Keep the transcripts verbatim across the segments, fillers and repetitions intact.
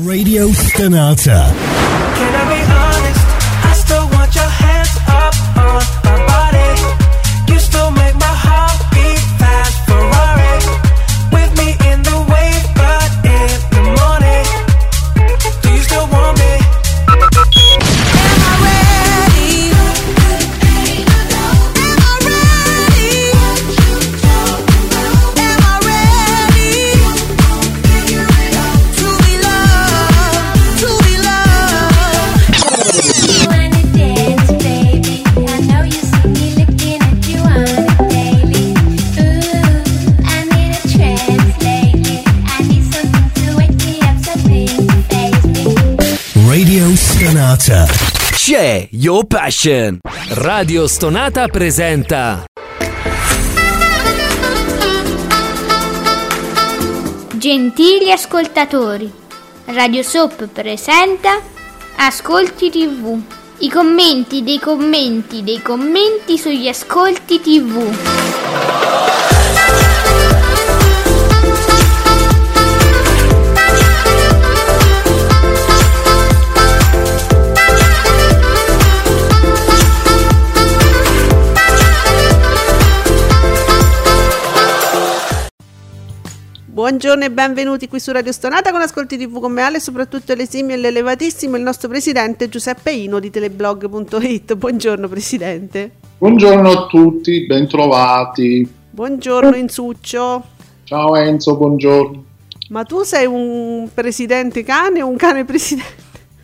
Radio Stonata. Can I be honest? I still want your hands up on my body. You still make my heart beat fast. Ferrari with me in the wave, but in the morning. Do you still want me? Am I ready? Am I ready? Am I ready to be loved? To be loved. You wanna dance, baby? I know you see me looking at you on a daily. Ooh, I'm in a trance lately. I need something to wake me up, something to faze me. Radio Stonata. C'è Your Passion. Radio Stonata presenta Gentili ascoltatori, Radio Soap presenta Ascolti tivù. I commenti dei commenti dei commenti sugli ascolti tivù. Buongiorno e benvenuti qui su Radio Stonata con Ascolti tivù con me Ale e soprattutto l'esimio e l'elevatissimo il nostro presidente Giuseppe Ino di teleblog punto it. Buongiorno presidente. Buongiorno a tutti, bentrovati. Buongiorno Insuccio. Ciao Enzo, buongiorno. Ma tu sei un presidente cane o un cane presidente?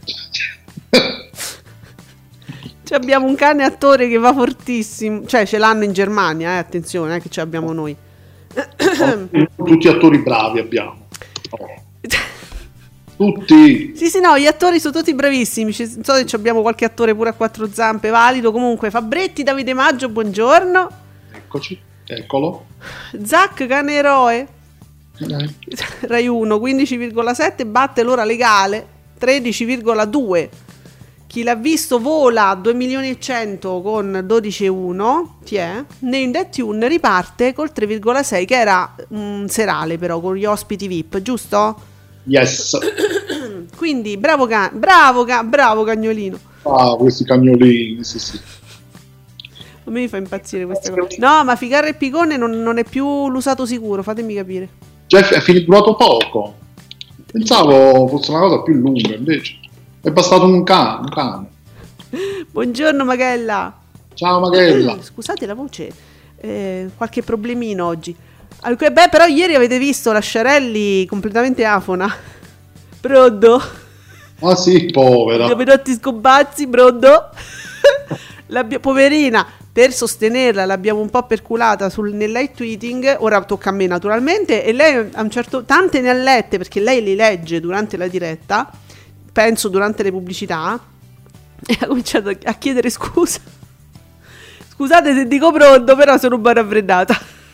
Cioè abbiamo un cane attore che va fortissimo, cioè ce l'hanno in Germania, eh, attenzione, eh, che ce l'abbiamo noi. Tutti attori bravi abbiamo. Oh. Tutti. Sì, sì, no, gli attori sono tutti bravissimi. Ci, non so se abbiamo qualche attore pure a quattro zampe valido. Comunque, Fabretti, Davide Maggio, buongiorno. Eccoci, eccolo. Zac, cane eroe. Eh. Rai uno, quindici virgola sette, batte l'ora legale, tredici virgola due. Chi l'ha visto vola due milioni e cento con dodici virgola uno. Chi è? Name That Tune riparte col tre virgola sei, che era un serale però, con gli ospiti V I P, giusto? Yes. Quindi bravo can- bravo can- bravo cagnolino. Ah, questi cagnolini, sì sì. Non mi fa impazzire questa cosa. No, ma Ficarra e Picone non, non è più l'usato sicuro, fatemi capire. Cioè è finito poco. Pensavo fosse una cosa più lunga, invece è bastato un cane, un cane. Buongiorno Magella. Ciao Magella. Mm, scusate la voce, eh, qualche problemino oggi. Allora, beh, però ieri avete visto la Sciarelli completamente afona. Broddo. Ah sì, povera. Dove dotti scobazzi, Broddo. L'abbia, poverina, per sostenerla l'abbiamo un po' perculata sul, nel live tweeting. Ora tocca a me naturalmente. E lei a un certo tante ne ha lette, perché lei li legge durante la diretta, penso durante le pubblicità, e ha cominciato a chiedere scusa. Scusate se dico pronto, però sono un po' raffreddata.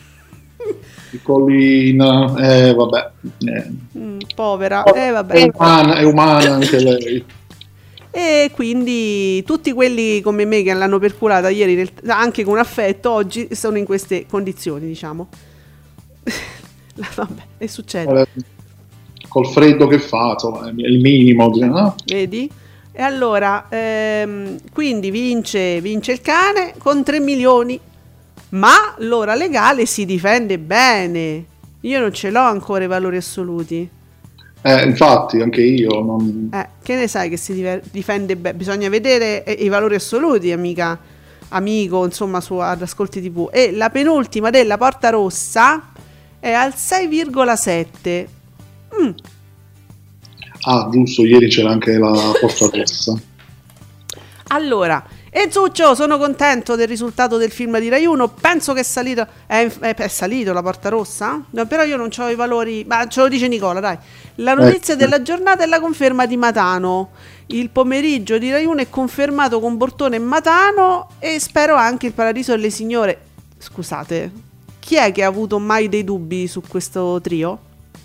Piccolina, eh vabbè. Eh. Mm, povera, eh vabbè. È umana, è umana anche lei. E quindi tutti quelli come me che l'hanno perculata ieri, nel, anche con affetto, oggi sono in queste condizioni, diciamo. Vabbè, e succede. Eh, col freddo che fa, insomma, è il minimo, no? Vedi? E allora, ehm, quindi vince, vince il cane con tre milioni, ma l'ora legale si difende bene. Io non ce l'ho ancora i valori assoluti. Eh, infatti, anche io. Non... Eh, che ne sai che si diver- difende bene? Bisogna vedere eh, i valori assoluti, amica, amico, insomma, su ad Ascolti tivù. E la penultima della Porta Rossa è al sei virgola sette. Mm. Ah, giusto, ieri c'era anche la Porta Rossa. Allora, Enzuccio, sono contento del risultato del film di Rai uno. Penso che è salito. È, è, è salito la Porta Rossa? No, però io non ho i valori. Ma ce lo dice Nicola, dai. La notizia eh. della giornata è la conferma di Matano. Il pomeriggio di Rai uno è confermato con Bortone e Matano. E spero anche il Paradiso delle Signore. Scusate, chi è che ha avuto mai dei dubbi su questo trio?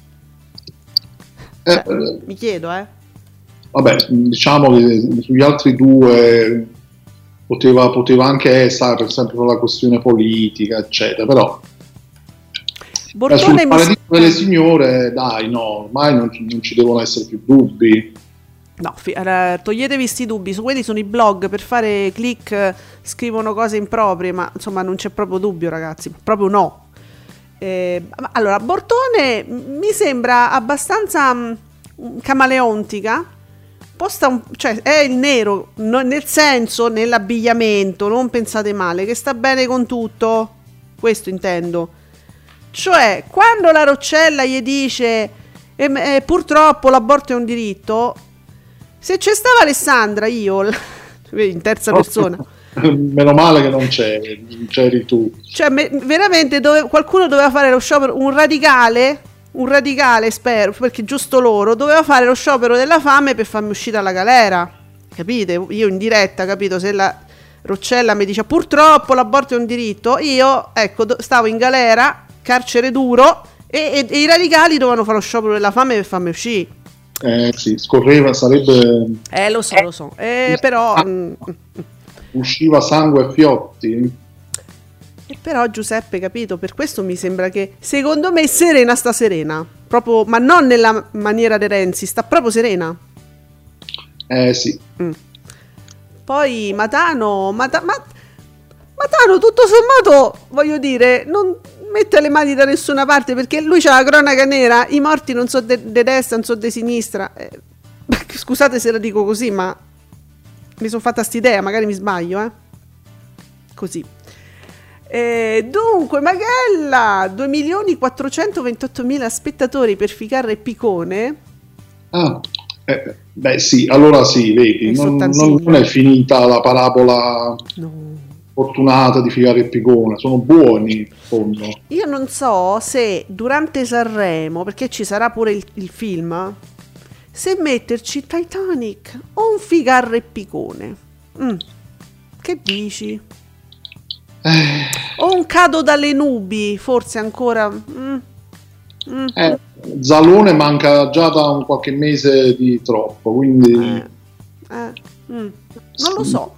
Cioè, eh, mi chiedo, eh. Vabbè, diciamo che sugli altri due poteva, poteva anche essere, per esempio, la questione politica, eccetera, però Beh, Bortone sul mi Paradiso delle Signore, dai, no, ormai non, ci- non ci devono essere più dubbi. No, fi- eh, toglietevi sti dubbi, su quelli sono i blog, per fare click eh, scrivono cose improprie, ma insomma non c'è proprio dubbio, ragazzi, proprio no. Eh, ma- allora, Bortone m- mi sembra abbastanza mh, camaleontica, posta un- cioè è il nero, no- nel senso, nell'abbigliamento, non pensate male, che sta bene con tutto, questo intendo. Cioè, quando la Roccella gli dice "Ehm, eh, purtroppo l'aborto è un diritto", se c'è stava Alessandra, io in terza persona, Meno male che non c'è, non c'eri tu. cioè me- veramente dove, qualcuno doveva fare lo sciopero, un radicale, un radicale spero, perché giusto loro, doveva fare lo sciopero della fame per farmi uscire dalla galera, capite? Io in diretta, capito? Se la Roccella mi dice purtroppo l'aborto è un diritto, io ecco do- stavo in galera, carcere duro, e, e- e i radicali dovevano fare lo sciopero della fame per farmi uscire. Eh sì, scorreva, sarebbe... Eh lo so, lo so, eh, però... mm, usciva sangue e fiotti. E però Giuseppe, capito, per questo mi sembra che secondo me Serena sta serena, proprio, ma non nella maniera di Renzi, sta proprio serena. Eh sì. Mm. Poi Matano, Mata- Ma- Matano tutto sommato, voglio dire, non mette le mani da nessuna parte, perché lui c'ha la cronaca nera, i morti non so de, de destra, non so de sinistra. Eh, scusate se la dico così, ma mi sono fatta st'idea, magari mi sbaglio, eh. Così. Eh, dunque, Magella, due milioni quattrocentoventottomila spettatori per Ficarra e Picone. Ah, eh, beh sì, allora sì, vedi, E non, sono tantini, non- non eh. è finita la parabola No. fortunata di Figaro e Picone, sono buoni in fondo. Io non so se durante Sanremo, perché ci sarà pure il, il film, se metterci Titanic o un Ficarra e Picone. Mm. Che dici? Eh, O un Cado dalle nubi, forse ancora. Mm. Mm. eh, Zalone manca già da un qualche mese di troppo, quindi... Eh, eh, mm. Non lo so.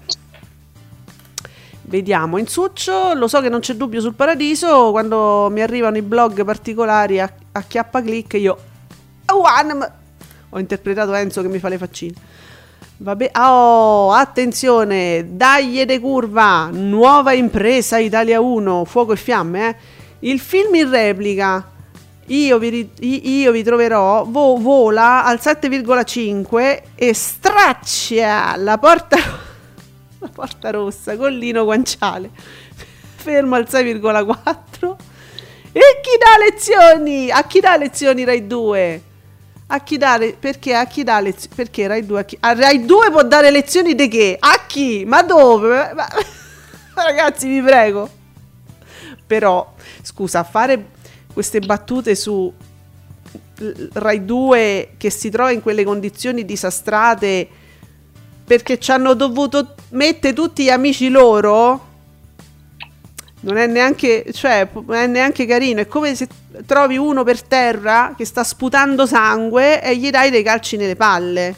Vediamo, in Succio, lo so che non c'è dubbio sul Paradiso, quando mi arrivano i blog particolari a, a chiappa click io One, ho interpretato Enzo che mi fa le faccine. Vabbè, oh, attenzione, dagli de curva, nuova impresa Italia uno, fuoco e fiamme, eh. Il film in replica Io vi, ri- i- io vi troverò vo- vola al sette virgola cinque e straccia la porta la porta rossa con Lino Guanciale, fermo al sei virgola quattro. E chi dà lezioni? A chi dà lezioni Rai due? A chi dà le- perché a chi dà lezioni? Perché Rai due a, chi- a Rai due può dare lezioni di che? A chi? Ma dove? Ma- ragazzi, vi prego. Però scusa, fare queste battute su l- Rai due che si trova in quelle condizioni disastrate perché ci hanno dovuto mettere tutti gli amici loro, non è neanche, cioè, non è neanche carino. È come se trovi uno per terra che sta sputando sangue e gli dai dei calci nelle palle.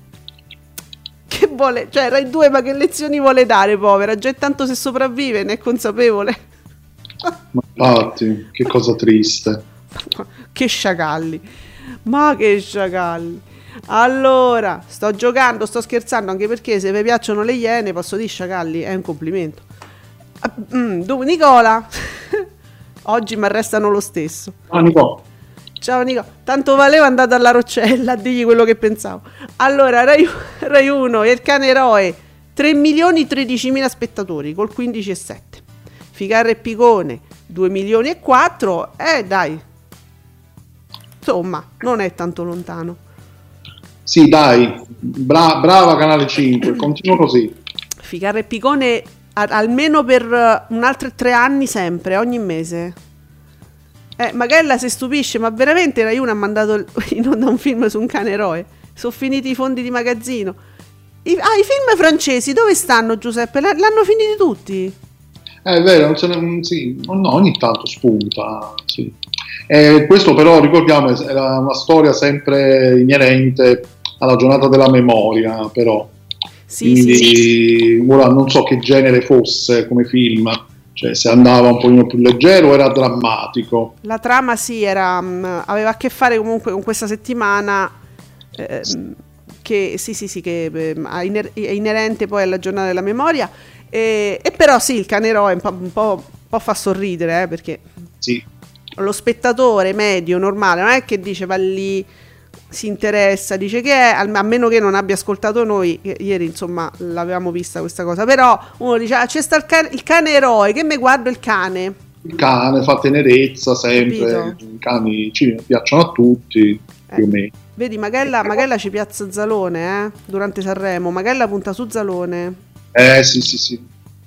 Che vuole, cioè Rai due, ma che lezioni vuole dare, povera? Già è tanto se sopravvive, ne è consapevole. Ma infatti, che cosa triste. Che sciacalli, ma che sciacalli. Allora, sto giocando, sto scherzando, anche perché se vi piacciono le iene posso dire sciacalli, è un complimento. Ah, mm, dunque Nicola oggi mi arrestano lo stesso. Ah, Nico, Ciao Nico, tanto valeva andare alla Roccella a dirgli quello che pensavo. Allora, Rai, Rai uno, il cane eroe, tre milioni tredicimila spettatori col quindici virgola sette. Ficarra e Picone, due milioni e quattro. Eh dai, insomma, non è tanto lontano. sì dai, bra- brava Canale cinque, continua così. Ficarra e Picone a- almeno per uh, un altro tre anni sempre, ogni mese. Eh, Magella si stupisce, ma veramente Rai uno ha mandato il- in onda un film su un cane eroe? Sono finiti i fondi di magazzino. I, ah, i film francesi dove stanno, Giuseppe? L- l'hanno finiti tutti? Eh, È vero, non se ne- sì, no, ogni tanto spunta, sì. Eh, questo però ricordiamo era una storia sempre inerente alla giornata della memoria, però Sì, quindi sì. ora non so che genere fosse come film, Cioè, se andava un pochino più leggero era drammatico. La trama sì, era, mh, aveva a che fare comunque con questa settimana ehm, che sì sì sì che ehm, ha iner- è inerente poi alla giornata della memoria e, e però sì, il cane eroe un po', un po', un po' fa sorridere, eh, perché Sì. lo spettatore medio normale non è che dice va lì, si interessa, dice che è, al- a meno che non abbia ascoltato noi, che ieri insomma l'avevamo vista questa cosa, però uno dice ah, c'è sta il cane, il cane eroe, che mi guardo il cane. Il cane fa tenerezza sempre, Capito. i cani ci piacciono a tutti, più o Eh. meno. Vedi, Magella, Magella ci piazza Zalone, eh, durante Sanremo, Magella punta su Zalone. Eh sì, sì, sì.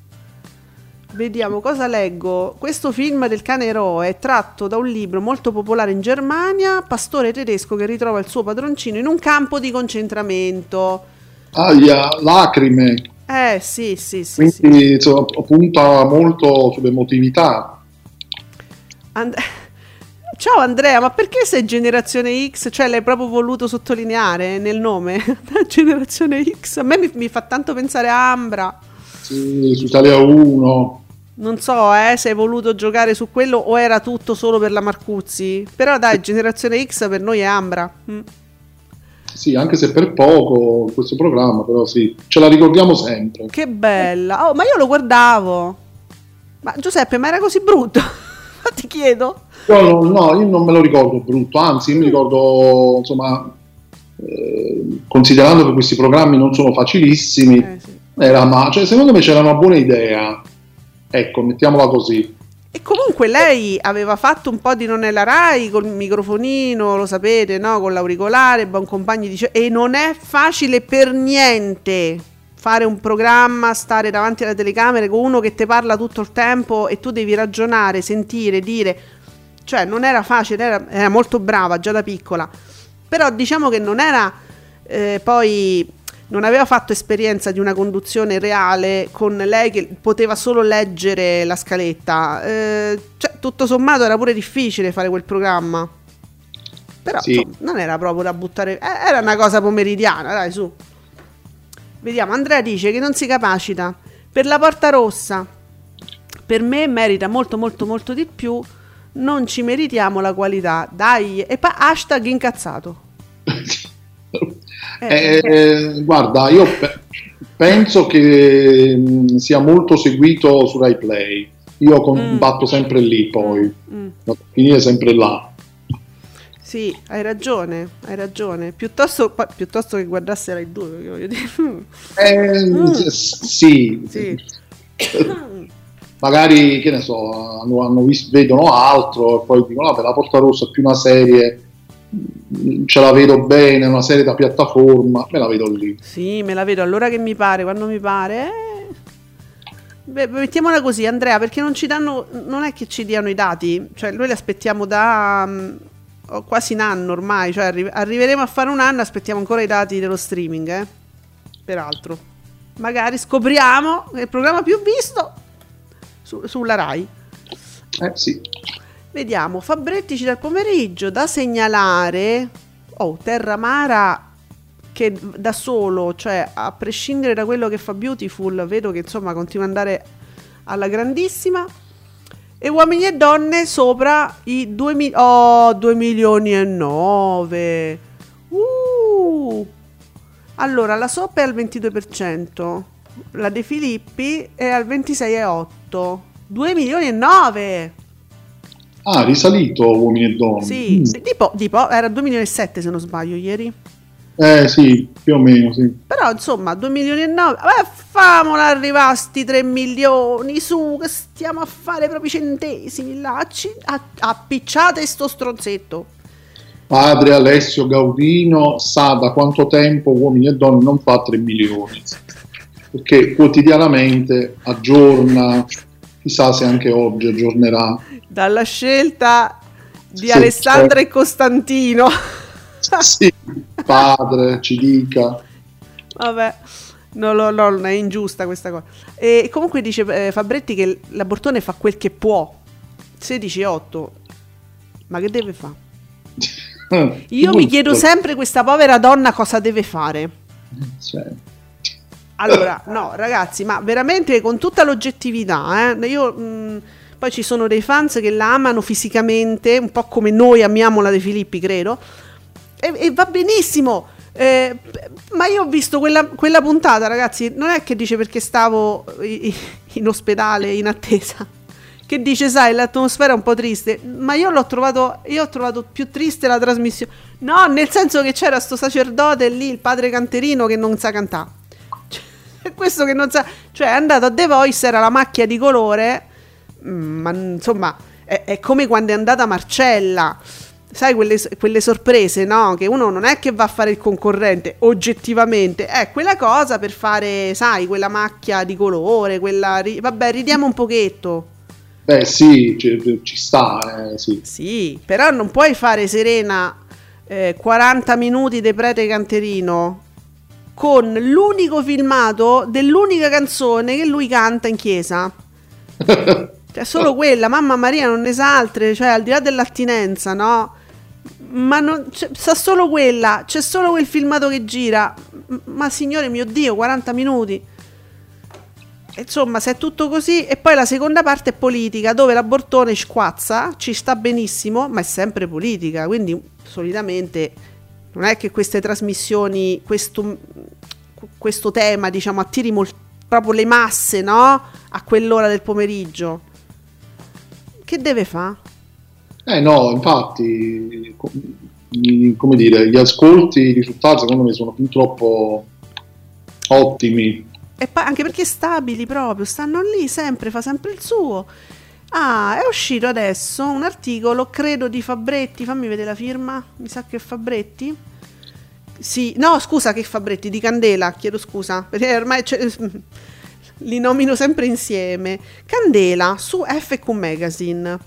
Vediamo cosa leggo. Questo film del cane eroe è tratto da un libro molto popolare in Germania, pastore tedesco che ritrova il suo padroncino in un campo di concentramento. Aia, lacrime. Eh sì, sì, sì, sì. Quindi insomma, punta molto sull'emotività. And- Ciao Andrea, ma perché sei generazione X? Cioè l'hai proprio voluto sottolineare nel nome? Generazione X? A me mi, mi fa tanto pensare a Ambra. Sì, su Italia uno. Non so, eh, se hai voluto giocare su quello o era tutto solo per la Marcuzzi. Però dai, generazione X per noi è Ambra. Mm. Sì, anche se per poco questo programma, però sì, ce la ricordiamo sempre. Che bella. Oh, ma io lo guardavo. Ma Giuseppe, ma era così brutto? Ti chiedo. Io no, no, io non me lo ricordo brutto, anzi io mi ricordo, insomma, eh, considerando che questi programmi non sono facilissimi, Eh, sì. era, ma cioè, secondo me c'era una buona idea, ecco, mettiamola così. E comunque lei aveva fatto un po' di Non è la Rai col microfonino, lo sapete, no? Con l'auricolare, buon compagno dice, e non è facile per niente fare un programma, stare davanti alla telecamera con uno che ti parla tutto il tempo e tu devi ragionare, sentire, dire, cioè non era facile, era, era molto brava già da piccola, però diciamo che non era eh, poi non aveva fatto esperienza di una conduzione reale con lei che poteva solo leggere la scaletta, eh, cioè tutto sommato era pure difficile fare quel programma, però Sì. insomma, non era proprio da buttare, eh, era una cosa pomeridiana, dai, su. Vediamo, Andrea dice che non si capacita per la Porta Rossa, per me merita molto molto molto di più, non ci meritiamo la qualità, dai, e poi hashtag incazzato. Eh, eh, guarda, io pe- penso che mh, sia molto seguito su Rai Play. Io combatto sempre lì, poi Mm. a finire sempre là. Sì, hai ragione, hai ragione. Piuttosto, pa- piuttosto che guardasse Rai due, perché voglio dire. Eh, Mm. s- sì. Sì. Magari, che ne so, hanno, hanno visto, vedono altro e poi dicono, vabbè, la Porta Rossa è più una serie, mh, ce la vedo bene, una serie da piattaforma, me la vedo lì. Sì, me la vedo allora che mi pare, quando mi pare. Eh. Beh, mettiamola così, Andrea, perché non ci danno, non è che ci diano i dati, cioè noi li aspettiamo da mm, oh, quasi un anno ormai, cioè arri- arriveremo a fare un anno, aspettiamo ancora i dati dello streaming, eh. Peraltro, magari scopriamo che il programma più visto su- sulla Rai. Eh sì. Vediamo, Fabretti ci dà il pomeriggio, da segnalare, oh, Terramara che da solo, cioè a prescindere da quello che fa Beautiful, vedo che insomma continua ad andare alla grandissima, e Uomini e Donne sopra i due milioni e nove. Uh! Allora, la Soap è al ventidue per cento, la De Filippi è al ventisei virgola otto. due milioni e nove. Ah, risalito Uomini e Donne. Sì, Mm. di, di po', di po', era due milioni e sette se non sbaglio ieri. Eh sì, più o meno, sì. Però insomma due milioni e nove. Vabbè, famola arrivare a sti tre milioni, su, che stiamo a fare proprio i centesimi là. Acci- a- appicciate sto stronzetto. Padre Alessio Gaudino sa da quanto tempo Uomini e Donne non fa tre milioni, perché quotidianamente aggiorna, chissà se anche oggi aggiornerà. Dalla scelta di Sì, Alessandra certo. e Costantino. Sì, padre, ci dica. Vabbè, no, no, no, è ingiusta questa cosa. E comunque dice eh, Fabretti che la Bortone fa quel che può. sedici virgola otto. Ma che deve fare? Io mi chiedo sempre questa povera donna cosa deve fare. Cioè, Allora, no, ragazzi, ma veramente con tutta l'oggettività, eh, io mh, poi ci sono dei fans che la amano fisicamente, un po' come noi amiamo la De Filippi, credo, e, e va benissimo. Eh, ma io ho visto quella, quella puntata, ragazzi, non è che dice perché stavo in, in ospedale in attesa, che dice sai l'atmosfera è un po' triste, ma io l'ho trovato, io ho trovato più triste la trasmissione, no, nel senso che c'era sto sacerdote lì, il padre canterino che non sa cantare, cioè, questo che non sa, cioè è andato a The Voice, era la macchia di colore, ma insomma è, è come quando è andata Marcella, sai, quelle, quelle sorprese, no? Che uno non è che va a fare il concorrente, oggettivamente, è quella cosa per fare, sai, quella macchia di colore, quella... Ri- vabbè, ridiamo un pochetto. Beh sì, ci, ci sta, eh, sì. Sì, però non puoi fare, Serena, eh, quaranta minuti di Prete Canterino con l'unico filmato dell'unica canzone che lui canta in chiesa. Cioè solo quella, Mamma Maria, non ne sa altre, cioè al di là dell'attinenza, no? Ma non c'è, sa solo quella, c'è solo quel filmato che gira. M- ma signore mio Dio, quaranta minuti. Insomma, se è tutto così. E poi la seconda parte è politica, dove la Bortone squazza, ci sta benissimo, ma è sempre politica. Quindi solitamente non è che queste trasmissioni, questo, questo tema, diciamo, attiri molt- proprio le masse, no? A quell'ora del pomeriggio. Che deve fare? Eh no, infatti, co- i- come dire, gli ascolti, i risultati secondo me sono fin troppo ottimi. E poi anche perché stabili proprio, stanno lì sempre, fa sempre il suo. Ah, è uscito adesso un articolo, credo di Fabretti, fammi vedere la firma, mi sa che è Fabretti. Sì, no, scusa, che Fabretti, di Candela, chiedo scusa, perché ormai c'è- li nomino sempre insieme. Candela su F Q Magazine.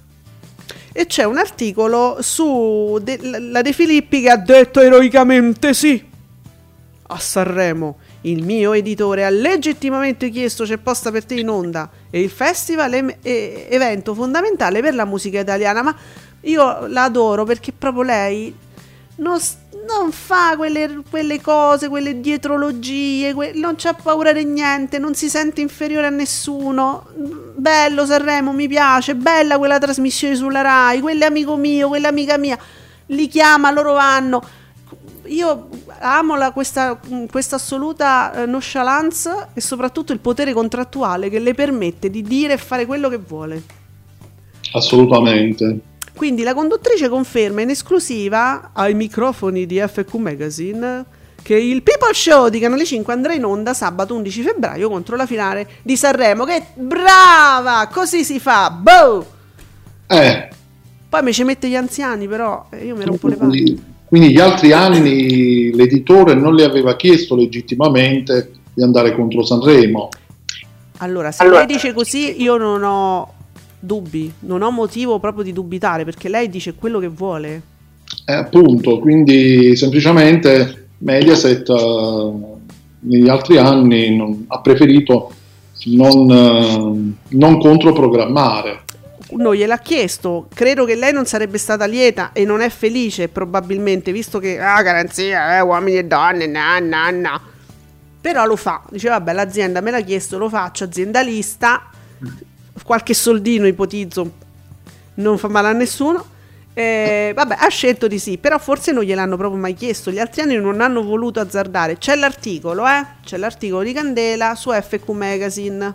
E c'è un articolo su de- la De Filippi che ha detto eroicamente sì a Sanremo. Il mio editore ha legittimamente chiesto c'è posta per te in onda e il festival è, è evento fondamentale per la musica italiana. Ma io la adoro perché proprio lei non, s- non fa quelle, quelle cose, quelle dietrologie, que- non c'ha paura di niente, non si sente inferiore a nessuno. Bello Sanremo, mi piace, bella quella trasmissione sulla Rai, quelle amico mio, quella amica mia, li chiama, loro vanno. Io amo la, questa, questa assoluta eh, nonchalance e soprattutto il potere contrattuale che le permette di dire e fare quello che vuole. Assolutamente. Quindi la conduttrice conferma in esclusiva ai microfoni di F Q Magazine che il People Show di Canale cinque andrà in onda sabato undici febbraio contro la finale di Sanremo. Che brava! Così si fa! Boh! Eh, Poi mi ci mette gli anziani, però eh, io mi rompo le palle. quindi, quindi gli altri anni l'editore non le aveva chiesto legittimamente di andare contro Sanremo. Allora, se Allora- lei dice così, io non ho dubbi, non ho motivo proprio di dubitare, perché lei dice quello che vuole. Eh, appunto, quindi semplicemente Mediaset eh, negli altri anni non- ha preferito non, eh, non controprogrammare. Non gliel'ha chiesto, credo che lei non sarebbe stata lieta e non è felice probabilmente, visto che, ah, garanzia, eh, uomini e donne, na, na, na. Però lo fa, dice vabbè, l'azienda me l'ha chiesto, lo faccio, aziendalista, qualche soldino ipotizzo, non fa male a nessuno. Eh, vabbè, ha scelto di sì, però forse non gliel'hanno proprio mai chiesto, gli altri anni non hanno voluto azzardare. C'è l'articolo, eh? C'è l'articolo di Candela su F Q Magazine.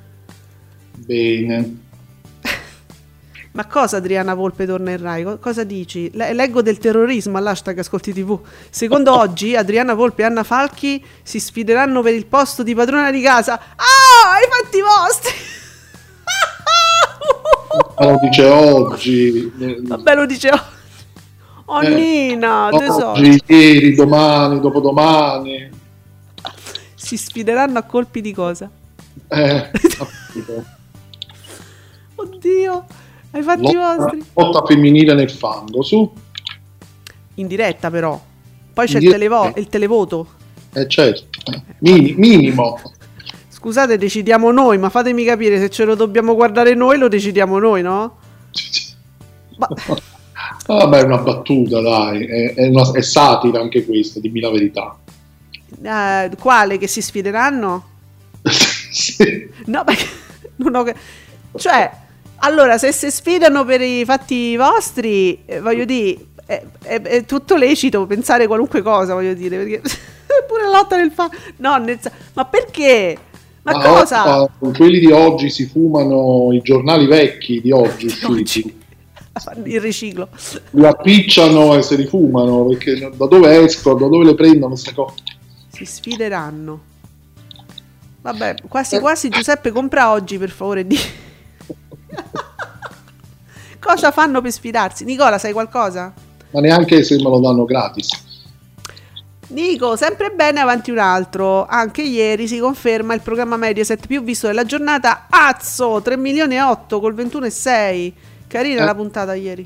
Bene. Ma cosa Adriana Volpe torna in Rai? Co- Cosa dici? Le- leggo del terrorismo all'hashtag Ascolti tivù. Secondo oggi Adriana Volpe e Anna Falchi si sfideranno per il posto di padrona di casa. Ah, hai fatti i vostri! Ma lo dice oggi. eh, Vabbè, lo dice oggi. Oh eh, Nina, tesoro. oggi, ieri, domani, dopodomani. Si sfideranno a colpi di cosa? Eh, capito. Oddio, hai fatti i lotta, vostri. lotta femminile nel fango, su. In diretta però. Poi c'è In il, diretta. televo- il televoto. Eh, certo. Eh, mini- minimo. Scusate, decidiamo noi, ma fatemi capire, se ce lo dobbiamo guardare noi, lo decidiamo noi, no? Ma- Vabbè, è una battuta, dai. È, è una- è satira anche questa, dimmi la verità. Eh, quale? Che si sfideranno? Sì. No, perché non ho che- cioè, allora, se si sfidano per i fatti vostri, eh, voglio dire, è, è- è tutto lecito pensare qualunque cosa, voglio dire, perché pure la lotta del fa... No, nel sen- ma perché? Ma, Ma cosa? o- ma quelli di oggi si fumano i giornali vecchi di oggi usciti, Oggi. Il riciclo. li appicciano e se li fumano, perché da dove escono, da dove le prendono queste cose? Si sfideranno. Vabbè, quasi quasi Giuseppe compra oggi, per favore, di... Cosa fanno per sfidarsi? Nicola, sai qualcosa? Ma neanche se me lo danno gratis. Nico, sempre bene, avanti un altro. Anche ieri si conferma il programma Mediaset più visto della giornata. Azzo, tre milioni e otto col ventuno e sei. Carina Eh. la puntata ieri.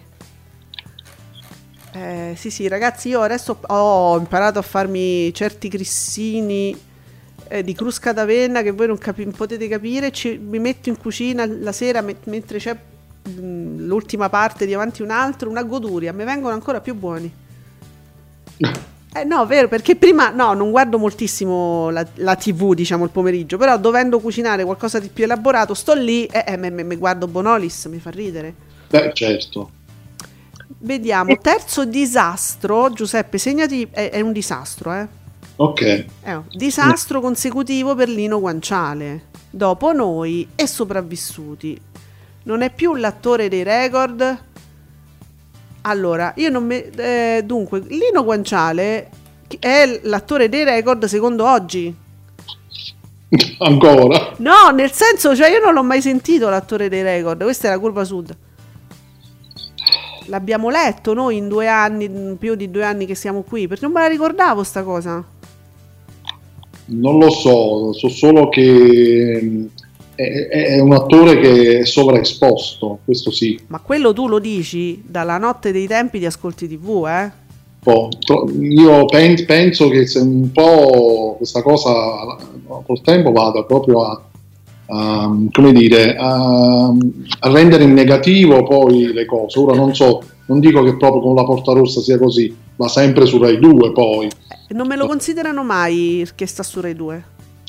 Eh, sì, sì, ragazzi, io adesso ho imparato a farmi certi grissini eh, di crusca d'avena che voi non capi- potete capire. Ci- mi metto in cucina la sera me- mentre c'è mh, l'ultima parte di avanti un altro, una goduria. Mi vengono ancora più buoni. Eh no, vero, perché prima no, non guardo moltissimo la, la tivù, diciamo, il pomeriggio, però dovendo cucinare qualcosa di più elaborato, sto lì e eh, me, me- me guardo Bonolis, mi fa ridere. Beh, certo. Vediamo, terzo disastro, Giuseppe, segnati, è, è un disastro, eh. Ok. È un disastro consecutivo per Lino Guanciale. Dopo Noi e Sopravvissuti. Non è più l'attore dei record. Allora, io non mi... eh, dunque, Lino Guanciale è l'attore dei record secondo oggi. Ancora. No, nel senso, cioè io non l'ho mai sentito l'attore dei record. Questa è la Curva Sud. L'abbiamo letto noi in due anni, più di due anni che siamo qui, perché non me la ricordavo sta cosa. Non lo so, so solo che mh, è, è un attore che è sovraesposto, questo sì. Ma quello tu lo dici dalla notte dei tempi di Ascolti tivù, eh? Po- tro- Io pen- penso che se un po' questa cosa col tempo vada proprio a, a, come dire, a, a rendere in negativo poi le cose. Ora non so, non dico che proprio con La Porta Rossa sia così, ma sempre su Rai due poi. Non me lo considerano mai che sta su Rai due.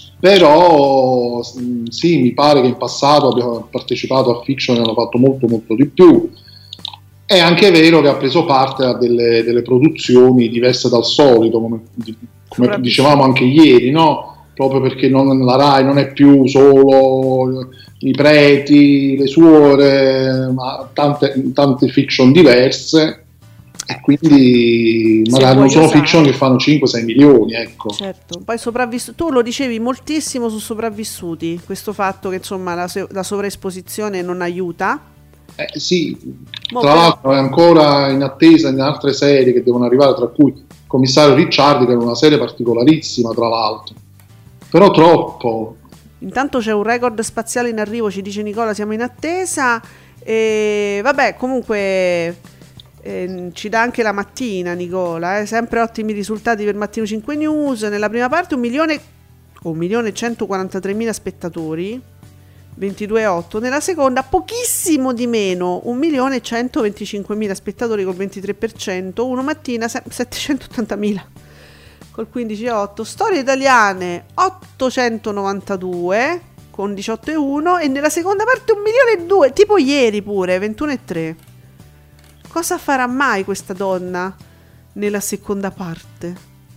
Però s- sì, mi pare che in passato abbia partecipato a fiction e hanno fatto molto molto di più. È anche vero che ha preso parte a delle, delle produzioni diverse dal solito, come, di- come dicevamo anche ieri, no? Proprio perché non- la Rai non è più solo i preti, le suore, ma tante, tante fiction diverse, e quindi Se magari non vuoi sono usare. fiction che fanno cinque sei milioni, ecco. Certo, poi sopravvissuti, tu lo dicevi moltissimo su Sopravvissuti, questo fatto che insomma la, se- la sovraesposizione non aiuta. Eh, sì, Mo tra però- l'altro è ancora in attesa in altre serie che devono arrivare, tra cui Commissario Ricciardi, che è una serie particolarissima tra l'altro, però troppo. Intanto c'è un record spaziale in arrivo, ci dice Nicola, siamo in attesa. E vabbè, comunque eh, ci dà anche la mattina Nicola, eh, sempre ottimi risultati per Mattino cinque News. Nella prima parte un milione o un milione e centoquarantatremila spettatori, ventidue virgola otto. Nella seconda pochissimo di meno, un milione e centoventicinquemila spettatori col ventitré per cento. Uno mattina se- settecentottantamila col quindici virgola otto. Storie italiane ottocentonovantadue con diciotto virgola uno. E nella seconda parte un milione e due, tipo ieri pure, ventuno virgola tre. Cosa farà mai questa donna nella seconda parte?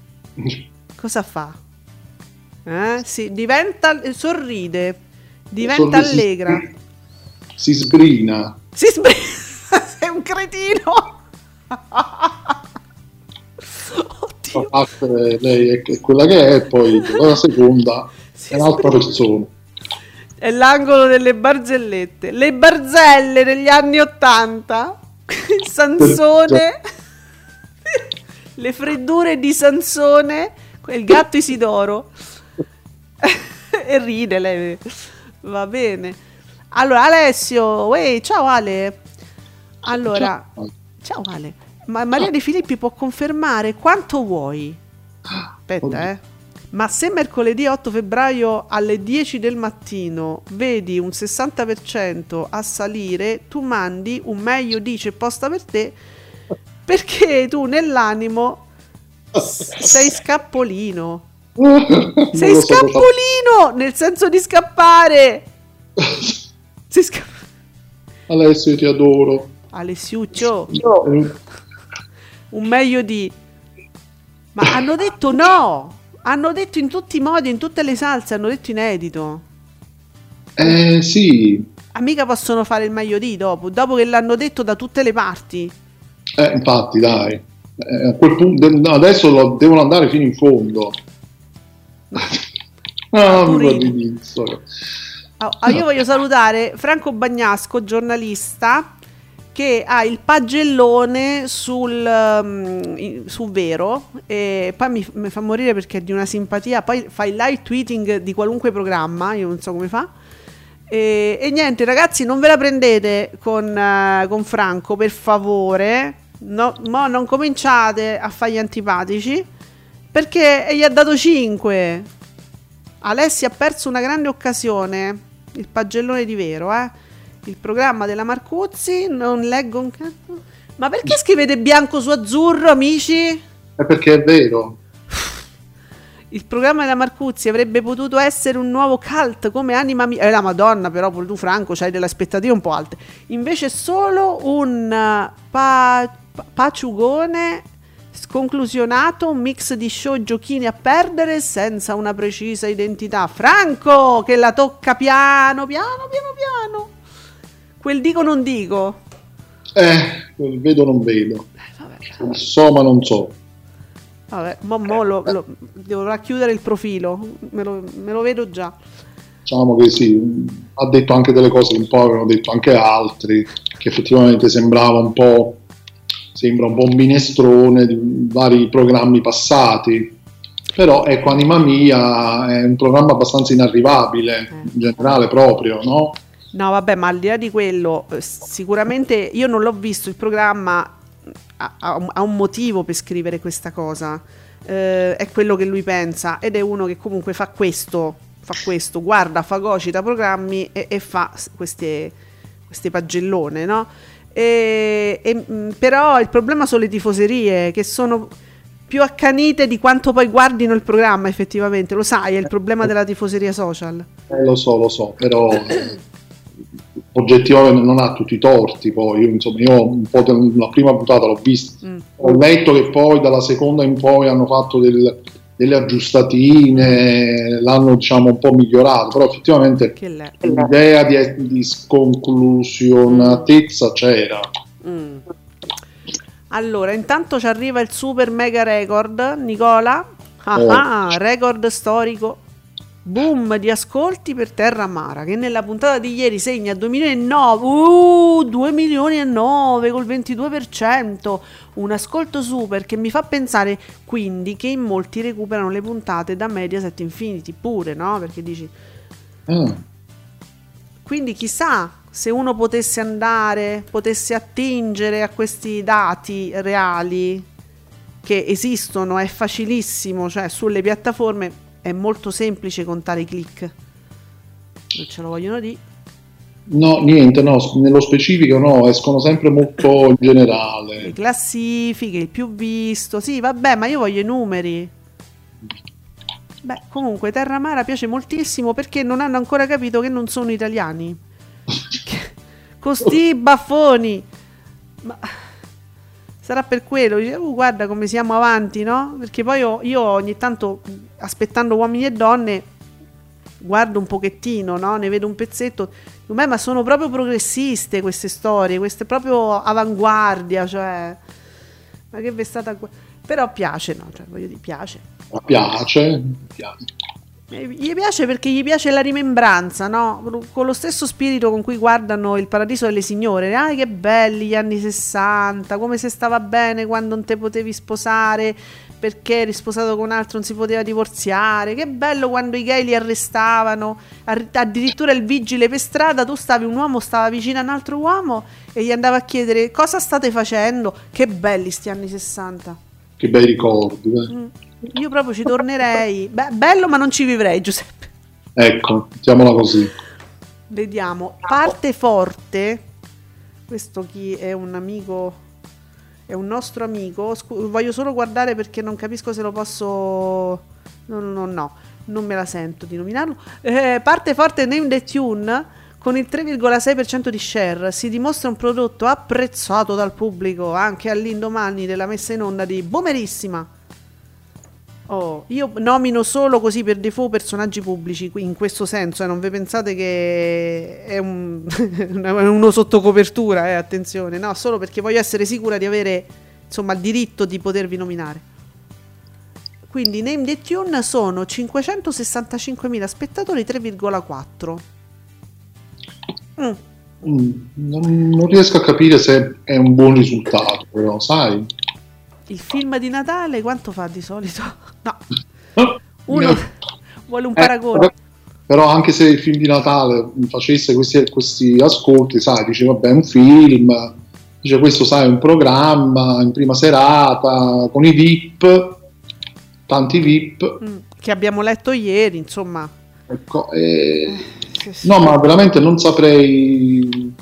Cosa fa? Eh? Sì, diventa, sorride, diventa Sorrisi- allegra. Si sbrina. Si sbrina. Sei un cretino. Oddio. A parte lei è è quella che è, poi la seconda Si è un'altra sbrina. persona. È l'angolo delle barzellette. Le barzelle degli anni ottanta. Il Sansone. Le freddure di Sansone. Il gatto Isidoro. E ride lei. Va bene. Allora Alessio, uè, ciao Ale. Allora, ciao Ale. Ma Maria De Filippi può confermare quanto vuoi? Aspetta, eh. Ma se mercoledì otto febbraio alle dieci del mattino vedi un sessanta per cento a salire, tu mandi un meglio dice posta per te, perché tu nell'animo s- sei scappolino. Non Sei lo so cosa- scappolino, nel senso di scappare. Sei sca- Alessio, io ti adoro. Alessiuccio, Eh, un meglio di... Ma hanno detto no! Hanno detto in tutti i modi, in tutte le salse, hanno detto inedito. Eh sì, Ah, mica possono fare il meglio di dopo, dopo che l'hanno detto da tutte le parti. eh, infatti, dai. Eh, a quel punto, de- no, adesso lo- devono andare fino in fondo. Ah, tu mi ridi. guardi di storia. Ah, ah, io voglio salutare Franco Bagnasco, giornalista, che ha il pagellone sul, um, in- su Vero, e poi mi, mi fa morire perché è di una simpatia, poi fa il live tweeting di qualunque programma, io non so come fa. E, e niente ragazzi, non ve la prendete con, eh, con Franco, per favore, no, mo non cominciate a fare gli antipatici, perché gli ha dato cinque. Alessi ha perso una grande occasione, il pagellone di Vero, eh. Il programma della Marcuzzi, non leggo un cazzo. Ma perché scrivete bianco su azzurro, amici? È perché è vero. Il programma della Marcuzzi avrebbe potuto essere un nuovo cult come Anima Mia. Eh, la Madonna, però pure tu, Franco, c'hai delle aspettative un po' alte. Invece è solo un uh, pa- pa- paciugone sconclusionato, un mix di show e giochini a perdere senza una precisa identità. Franco, che la tocca piano, piano, piano, piano. Quel dico non dico. Eh, quel vedo non vedo. Vabbè, So ma non so. vabbè, mo, mo lo, lo, devo racchiudere il profilo, me lo, me lo vedo già. Diciamo che sì, ha detto anche delle cose che un po' avevano detto anche altri, che effettivamente sembrava un po', sembra un po' un minestrone di vari programmi passati. Però ecco, Anima Mia è un programma abbastanza inarrivabile, in generale proprio, no? No, vabbè, ma al di là di quello, eh, sicuramente io non l'ho visto il programma, ha, ha un, ha un motivo per scrivere questa cosa, eh, è quello che lui pensa, ed è uno che comunque fa questo, fa questo, guarda, fagocita programmi e, e fa s- queste, queste pagellone, no? E, e, mh, però il problema sono le tifoserie, che sono più accanite di quanto poi guardino il programma effettivamente, lo sai, è il problema della tifoseria social. Eh, lo so, lo so, però eh, oggettivamente non ha tutti i torti. Poi io, insomma, io un po' de- la prima puntata l'ho vista, Mm. ho letto che poi dalla seconda in poi hanno fatto del- delle aggiustatine, l'hanno diciamo un po' migliorato, però effettivamente Che lei. l'idea di, di sconclusionatezza c'era. Mm. Allora, intanto ci arriva il super mega record, Nicola. Ah, ah, record storico. Boom di ascolti per Terra Amara, che nella puntata di ieri segna due milioni e nove. Uh, due milioni e nove col ventidue per cento. Un ascolto super che mi fa pensare quindi che in molti recuperano le puntate da Mediaset Infinity pure, no? Perché dici... Ah, Quindi chissà se uno potesse andare, potesse attingere a questi dati reali che esistono, è facilissimo, cioè sulle piattaforme è molto semplice contare i click. Non ce lo vogliono dire. no, niente, no, nello specifico no, escono sempre molto in Le generale. classifiche, il più visto. Sì, vabbè, ma io voglio i numeri. Beh, comunque Terra Amara piace moltissimo perché non hanno ancora capito che non sono italiani. Con sti baffoni. Ma sarà per quello, dice, "Uh, guarda come siamo avanti, no?" Perché poi io, io ogni tanto, aspettando Uomini e Donne, guardo un pochettino, no? Ne vedo un pezzetto. Dico, "Beh, ma sono proprio progressiste queste storie, queste proprio avanguardia, cioè, ma che vi è stata qua?" Però piace, no? Cioè, voglio dire, piace. Mi piace, mi piace. Eh, Gli piace perché gli piace la rimembranza, no? Con lo stesso spirito con cui guardano Il Paradiso delle Signore. Ah, che belli gli anni sessanta, come se stava bene quando non te potevi sposare perché eri sposato con un altro, non si poteva divorziare. Che bello quando i gay li arrestavano, Ar- addirittura il vigile per strada, tu stavi, un uomo stava vicino a un altro uomo e gli andava a chiedere cosa state facendo. Che belli sti anni sessanta. Che bei ricordi. eh. Mm. Io proprio ci tornerei. Beh, bello, ma non ci vivrei, Giuseppe. Ecco, mettiamola così. Vediamo. Parte forte. Questo chi è un amico? È un nostro amico. Scu- voglio solo guardare perché non capisco se lo posso no, no, no, non me la sento di nominarlo. Eh, parte forte Name the Tune con il tre virgola sei per cento di share, si dimostra un prodotto apprezzato dal pubblico anche all'indomani della messa in onda di Boomerissima. Oh, io nomino solo così per default personaggi pubblici, qui- in questo senso, eh, non vi pensate che è un- uno sottocopertura, eh, attenzione, no, solo perché voglio essere sicura di avere, insomma, il diritto di potervi nominare. Quindi Name the Tune sono cinquecentosessantacinquemila spettatori, tre virgola quattro. Mm. Mm, non, non riesco a capire se è un buon risultato, però, sai? Il film di Natale quanto fa di solito? No, Eh, uno vuole un eh, paragone. Però anche se il film di Natale facesse questi, questi ascolti, sai, dice vabbè è un film, dice questo sai è un programma in prima serata con i V I P, tanti V I P, Mm, che abbiamo letto ieri, insomma. ecco, e... Sì, sì. no, ma veramente non saprei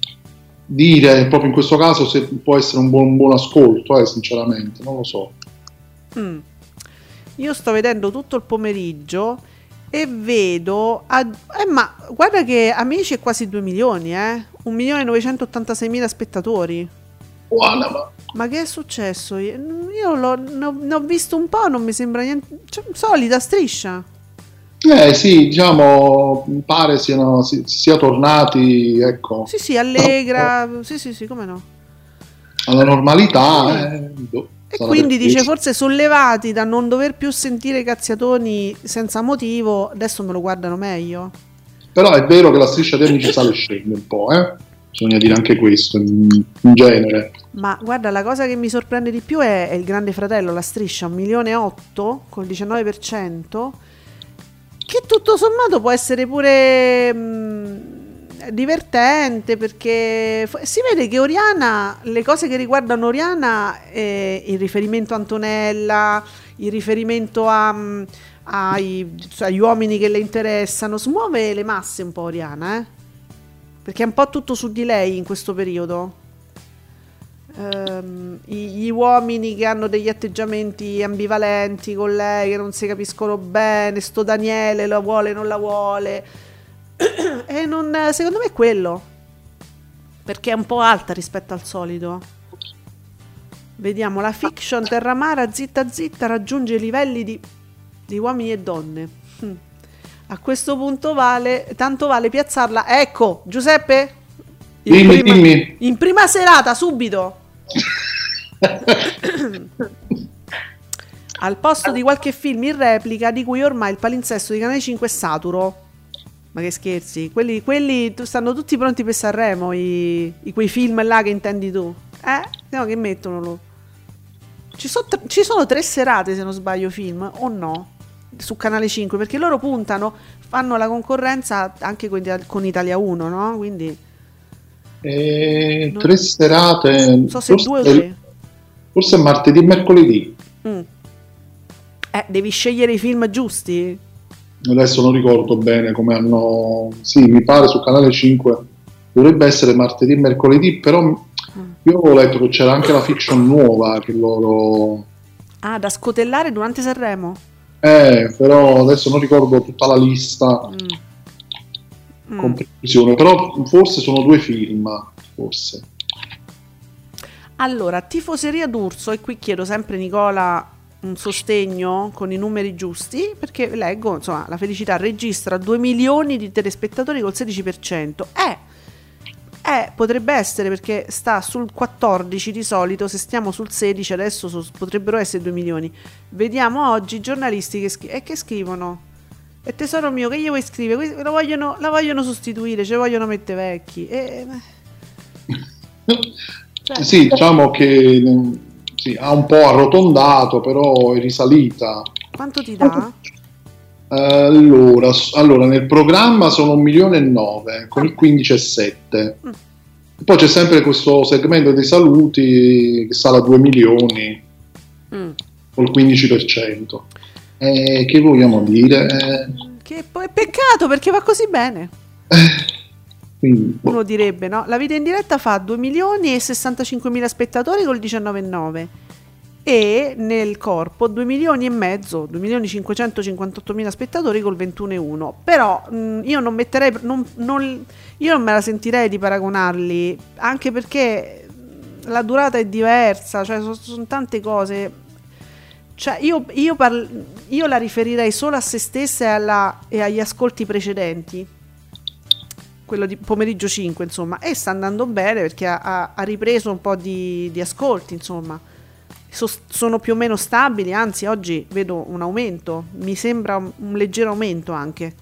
dire proprio in questo caso se può essere un buon, un buon ascolto, eh, sinceramente, non lo so. Mm. Io sto vedendo tutto il pomeriggio e vedo a- eh, ma guarda che Amici è quasi due milioni, eh? un milione novecentottantaseimila spettatori. Guarda, ma Ma che è successo? Io io l'ho, ne ho ne ho visto un po', non mi sembra niente, cioè, solida striscia. eh sì, diciamo, pare siano, si, sia tornati, ecco, Sì, sì, allegra, sì, sì, sì, come no. alla normalità. eh, boh, E sarà quindi per dice questo. forse sollevati da non dover più sentire cazziatoni senza motivo, adesso me lo guardano meglio. Però è vero che la striscia di Amici sale e scende un po', eh? Bisogna dire anche questo, in, in genere. Ma guarda, la cosa che mi sorprende di più è, è il Grande Fratello, la striscia, un milione e otto col diciannove per cento, che tutto sommato può essere pure mh, divertente, perché f- si vede che Oriana, le cose che riguardano Oriana, eh, il riferimento a Antonella, il riferimento a, mh, ai, cioè, agli uomini che le interessano, smuove le masse un po' Oriana, eh? Perché è un po' tutto su di lei in questo periodo. Ehm, i- gli uomini che hanno degli atteggiamenti ambivalenti con lei, che non si capiscono bene, sto Daniele la vuole, non la vuole. E non, secondo me è quello. Perché è un po' alta rispetto al solito. Vediamo, la fiction Terramara zitta zitta raggiunge i livelli di, di uomini e donne. Hm. A questo punto vale, tanto vale piazzarla. Ecco, Giuseppe, in, Dimmi, prima, dimmi. in prima serata, subito. Al posto di qualche film in replica di cui ormai il palinsesto di Canale cinque è saturo. Ma che scherzi, quelli, quelli tu- stanno tutti pronti per Sanremo, i, i- quei film là che intendi tu. Eh? No, che mettono loro. Ci, so tre- ci sono tre serate, se non sbaglio, film, o no? Su Canale cinque, perché loro puntano, fanno la concorrenza anche con, Ita- con Italia uno, no? Quindi Eh, Non- tre serate, non so se forse, due o tre. forse martedì e mercoledì. Mm. Eh, devi scegliere i film giusti. Adesso non ricordo bene come hanno. Sì, mi pare su Canale cinque dovrebbe essere martedì e mercoledì, però io avevo letto che c'era anche la fiction nuova che loro. Ah, da scotellare durante Sanremo. Eh, però adesso non ricordo tutta la lista Mm. con precisione, però forse sono due film, forse. Allora, tifoseria d'Urso, e qui chiedo sempre Nicola un sostegno con i numeri giusti, perché leggo, insomma, la felicità registra due milioni di telespettatori col sedici per cento. Eh, eh, potrebbe essere perché sta sul quattordici di solito, se stiamo sul sedici adesso so- potrebbero essere due milioni. Vediamo oggi i giornalisti che, scri- e che scrivono. E tesoro mio, che gli vuoi scrivere? Que- Lo vogliono, la vogliono sostituire, ci vogliono mettere vecchi. E, cioè, Sì, diciamo che mh, sì, ha un po' arrotondato, però è risalita. quanto ti dà? Allora, s- allora, nel programma sono un milione e nove con il quindici e sette. Mm. Poi c'è sempre questo segmento dei saluti che sale a due milioni Mm. col quindici per cento. Eh, che vogliamo dire? Eh, Che poi è peccato perché va così bene. quindi, boh, Uno direbbe, no? La vita in diretta fa due milioni e sessantacinquemila spettatori col diciannove virgola nove. e nel corpo due milioni e mezzo, due milioni cinquecentocinquantottomila spettatori col ventuno virgola uno. Però mh, io non metterei, non, non, io non me la sentirei di paragonarli, anche perché la durata è diversa, cioè sono, sono tante cose. Cioè io, io, parl- io la riferirei solo a se stessa e, alla, e agli ascolti precedenti, quello di pomeriggio cinque, insomma, e sta andando bene perché ha, ha, ha ripreso un po' di, di ascolti, insomma. So, sono più o meno stabili, anzi oggi vedo un aumento, mi sembra un, un leggero aumento anche.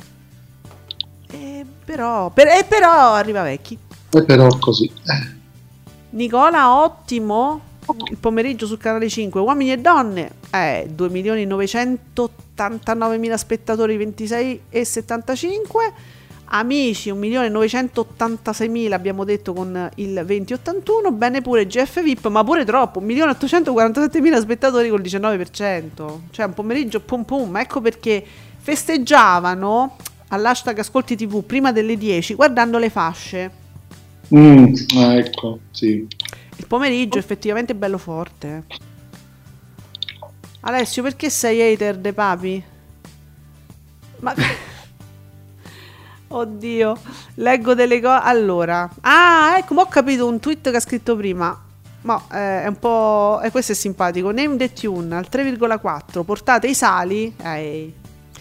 E però, per, e però arriva Vecchi. E però così. Nicola, ottimo. Il pomeriggio sul canale cinque, Uomini e Donne, eh, due milioni novecentottantanovemila spettatori, ventisei virgola settantacinque. Amici, un milione novecentottantaseimila abbiamo detto con il venti virgola ottantuno. Bene pure G F V I P, ma pure troppo, un milione ottocentoquarantasettemila spettatori col diciannove per cento. Cioè un pomeriggio pum pum. Ecco perché festeggiavano all'hashtag Ascolti tivù prima delle dieci guardando le fasce. Mm, ah, ecco, sì. Il pomeriggio effettivamente è bello forte. Alessio, perché sei hater dei papi? Ma oddio, leggo delle cose. Allora, ah, ecco, ma ho capito un tweet che ha scritto prima. Ma eh, è un po'. Eh, questo è simpatico. Name the tune al tre virgola quattro. Portate i sali. Ehi.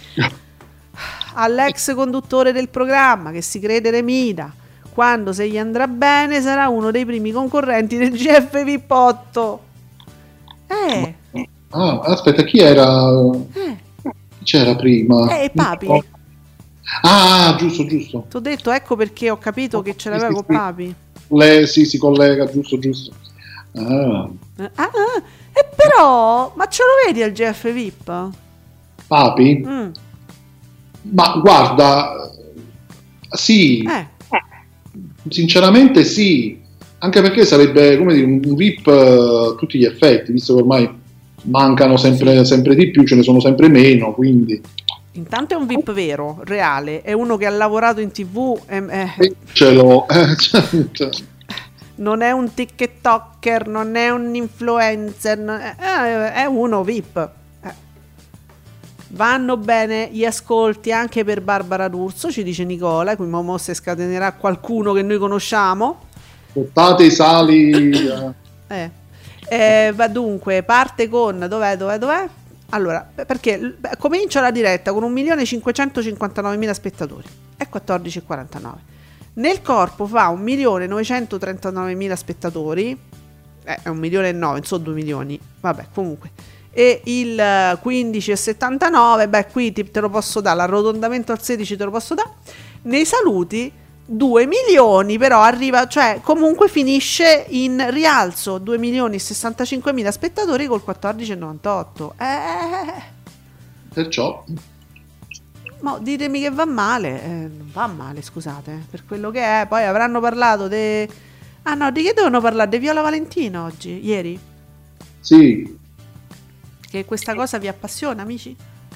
All'ex conduttore del programma che si crede Remida. Quando se gli andrà bene sarà uno dei primi concorrenti del G F V I P otto. Eh. Ah, aspetta, chi era? Eh. Chi c'era prima? Eh, Papi. Ah, giusto, giusto. Ti ho detto, ecco perché ho capito che ce l'aveva Sì, con sì, sì. Papi. Le, sì, si collega, giusto, giusto. Ah. Ah, ah, e però, ma ce lo vedi al G F V I P? Papi? Mm. Ma guarda, sì, Eh. sinceramente sì, anche perché sarebbe come dire un V I P a tutti gli effetti, visto che ormai mancano sempre, sempre di più, ce ne sono sempre meno, quindi Intanto è un V I P vero, reale, è uno che ha lavorato in tivù, è, è- ce l'ho. eh, cioè, non è un TikToker, non è un influencer, non è, è- è uno V I P. Eh. Vanno bene gli ascolti anche per Barbara D'Urso, ci dice Nicola, qui mo mo se scatenerà qualcuno che noi conosciamo. portate i sali. eh. Eh. Eh, va dunque, parte con dov'è, dov'è, dov'è? Allora, perché beh, comincia la diretta con un milione cinquecentocinquantanovemila spettatori, è quattordici virgola quarantanove. Nel corpo fa un milione novecentotrentanovanovemila spettatori, eh, è un milione e nove, insomma due milioni, vabbè, comunque. E il eh, quindici virgola settantanove, beh, qui ti- te lo posso dare, l'arrotondamento al sedici te lo posso dare. Nei saluti due milioni, però arriva, cioè comunque finisce in rialzo, due milioni e sessantacinquemila spettatori col quattordici virgola novantotto. Eh, Perciò ma ditemi che va male, eh, non va male, scusate, per quello che è. Poi avranno parlato de... Ah no, di che devono parlare? Di Viola Valentino oggi, ieri? sì. Che questa cosa vi appassiona, amici?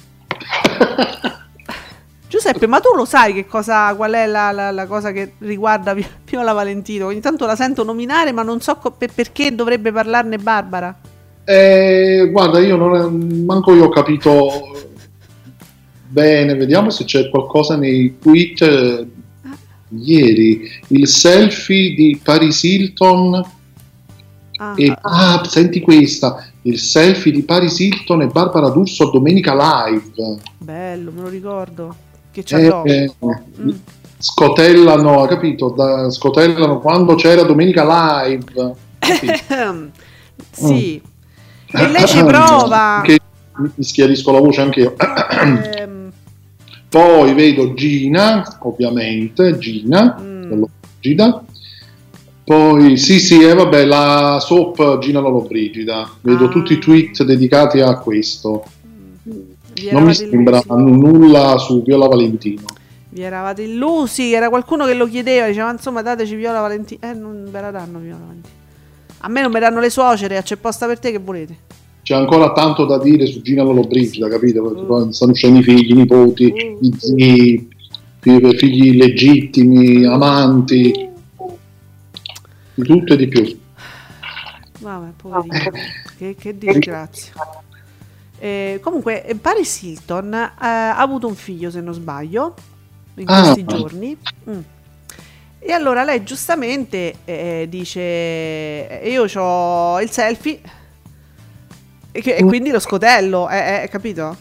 Giuseppe, ma tu lo sai che cosa, qual è la, la- la cosa che riguarda Vi- Viola Valentino? Ogni tanto la sento nominare, ma non so co- per- perché dovrebbe parlarne Barbara. Eh, guarda, io non manco io ho capito bene, vediamo se c'è qualcosa nei tweet. eh, Ieri il selfie di Paris Hilton Ah, e ah, senti questa, il selfie di Paris Hilton e Barbara D'Urso a Domenica Live. bello, me lo ricordo. Che c'ha Eh, dopo. eh, Mm. scotellano, capito? Da- scotellano quando c'era Domenica Live. capito? Sì. E lei ci prova. Che mi schiarisco la voce anche io. Ehm, Poi vedo Gina, ovviamente, Gina, Mm. Lollobrigida. Poi sì, sì, e vabbè, la soap Gina Lollobrigida. Vedo Ah. tutti i tweet dedicati a questo. vi Non mi eravate sembra illusi. nulla su Viola Valentino. Vi eravate illusi, era qualcuno che lo chiedeva, diceva insomma dateci Viola Valentino. Eh, non ve la danno Viola Valentino. A me non mi danno le suocere, c'è posta per te, che volete? C'è ancora tanto da dire su Gina Lollobrigida, capito? Perché poi stanno uscendo i figli, i nipoti, Mm. i zii, i figli legittimi, amanti, di tutto e di più. Vabbè, poverino. che, che disgrazia. Eh, comunque, eh, Paris Hilton eh, ha avuto un figlio, se non sbaglio, in Ah. questi giorni. Mm. E allora lei giustamente eh, dice: eh, io ho il selfie e, che- e quindi lo scotello, eh, eh, capito?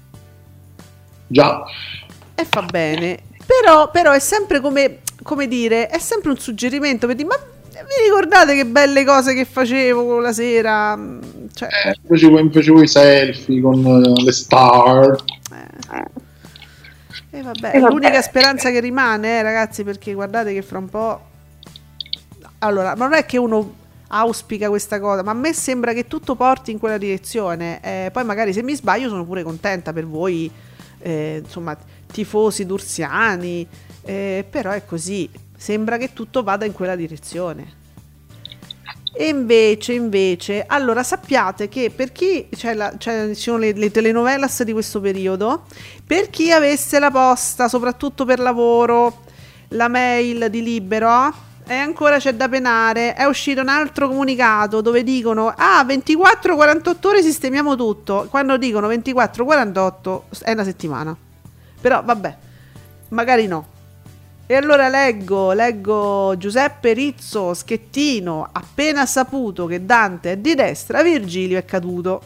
Già. E fa bene. Però, però è sempre come, come dire, è sempre un suggerimento per dire: ma vi ricordate che belle cose che facevo la sera? Mm, Cioè, Eh, facevo, facevo i selfie con eh, le star. e vabbè, è l'unica speranza che rimane, eh, ragazzi, perché guardate che fra un po'. Allora, non è che uno auspica questa cosa, ma a me sembra che tutto porti in quella direzione. Eh, poi magari se mi sbaglio sono pure contenta per voi, eh, insomma, tifosi dursiani, eh, però è così, sembra che tutto vada in quella direzione. E invece, invece, allora sappiate che per chi, cioè, la, cioè ci sono le, le telenovelas di questo periodo, per chi avesse la posta, soprattutto per lavoro, la mail di Libero, e ancora c'è da penare, è uscito un altro comunicato dove dicono: ah, ventiquattro quarantotto ore sistemiamo tutto. Quando dicono ventiquattro quarantotto è una settimana. Però vabbè, magari no. E allora leggo, leggo Giuseppe Rizzo Schettino, appena saputo che Dante è di destra, Virgilio è caduto.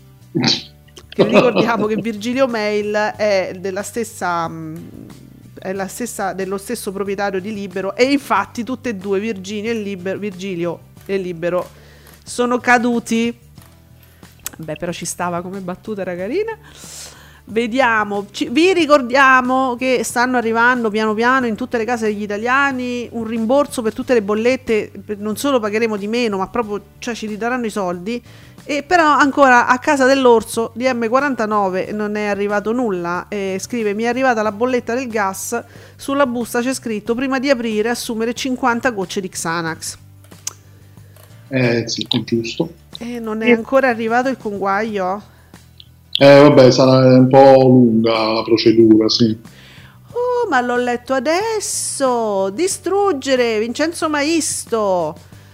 Che ricordiamo che Virgilio Mail è della stessa, mh, è la stessa, dello stesso proprietario di Libero, e infatti tutte e due, Virginio e Libero, Virgilio e Libero, sono caduti. Beh, però ci stava come battuta, era carina. Vediamo, ci, vi ricordiamo che stanno arrivando piano piano in tutte le case degli italiani un rimborso per tutte le bollette, per, non solo pagheremo di meno, ma proprio, cioè, ci ridaranno i soldi. E però ancora a casa dell'Orso D M quarantanove non è arrivato nulla, e scrive: mi è arrivata la bolletta del gas, sulla busta c'è scritto prima di aprire assumere cinquanta gocce di Xanax. Eh sì, è giusto. E non è ancora arrivato il conguaglio. Eh vabbè, sarà un po' lunga la procedura, sì. Oh, ma l'ho letto adesso! Distruggere, Vincenzo Maisto!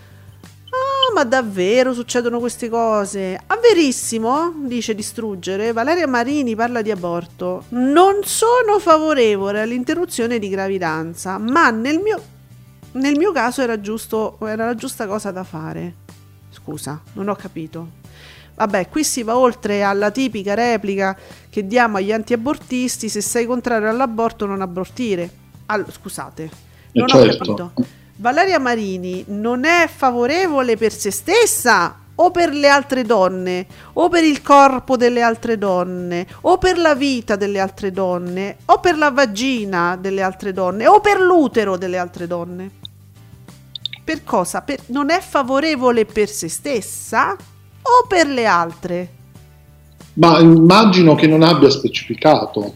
Ah, ma davvero succedono queste cose? Ah, verissimo? Dice Distruggere. Valeria Marini parla di aborto. Non sono favorevole all'interruzione di gravidanza, ma nel mio, nel mio caso era giusto, era la giusta cosa da fare. Scusa, non ho capito. Vabbè, qui si va oltre alla tipica replica che diamo agli antiabortisti: se sei contrario all'aborto non abortire. Allora, scusate, non Eh, ho certo. capito. Valeria Marini non è favorevole per se stessa o per le altre donne, o per il corpo delle altre donne, o per la vita delle altre donne, o per la vagina delle altre donne, o per l'utero delle altre donne? Per cosa? Per, non è favorevole per se stessa o per le altre? Ma immagino che non abbia specificato,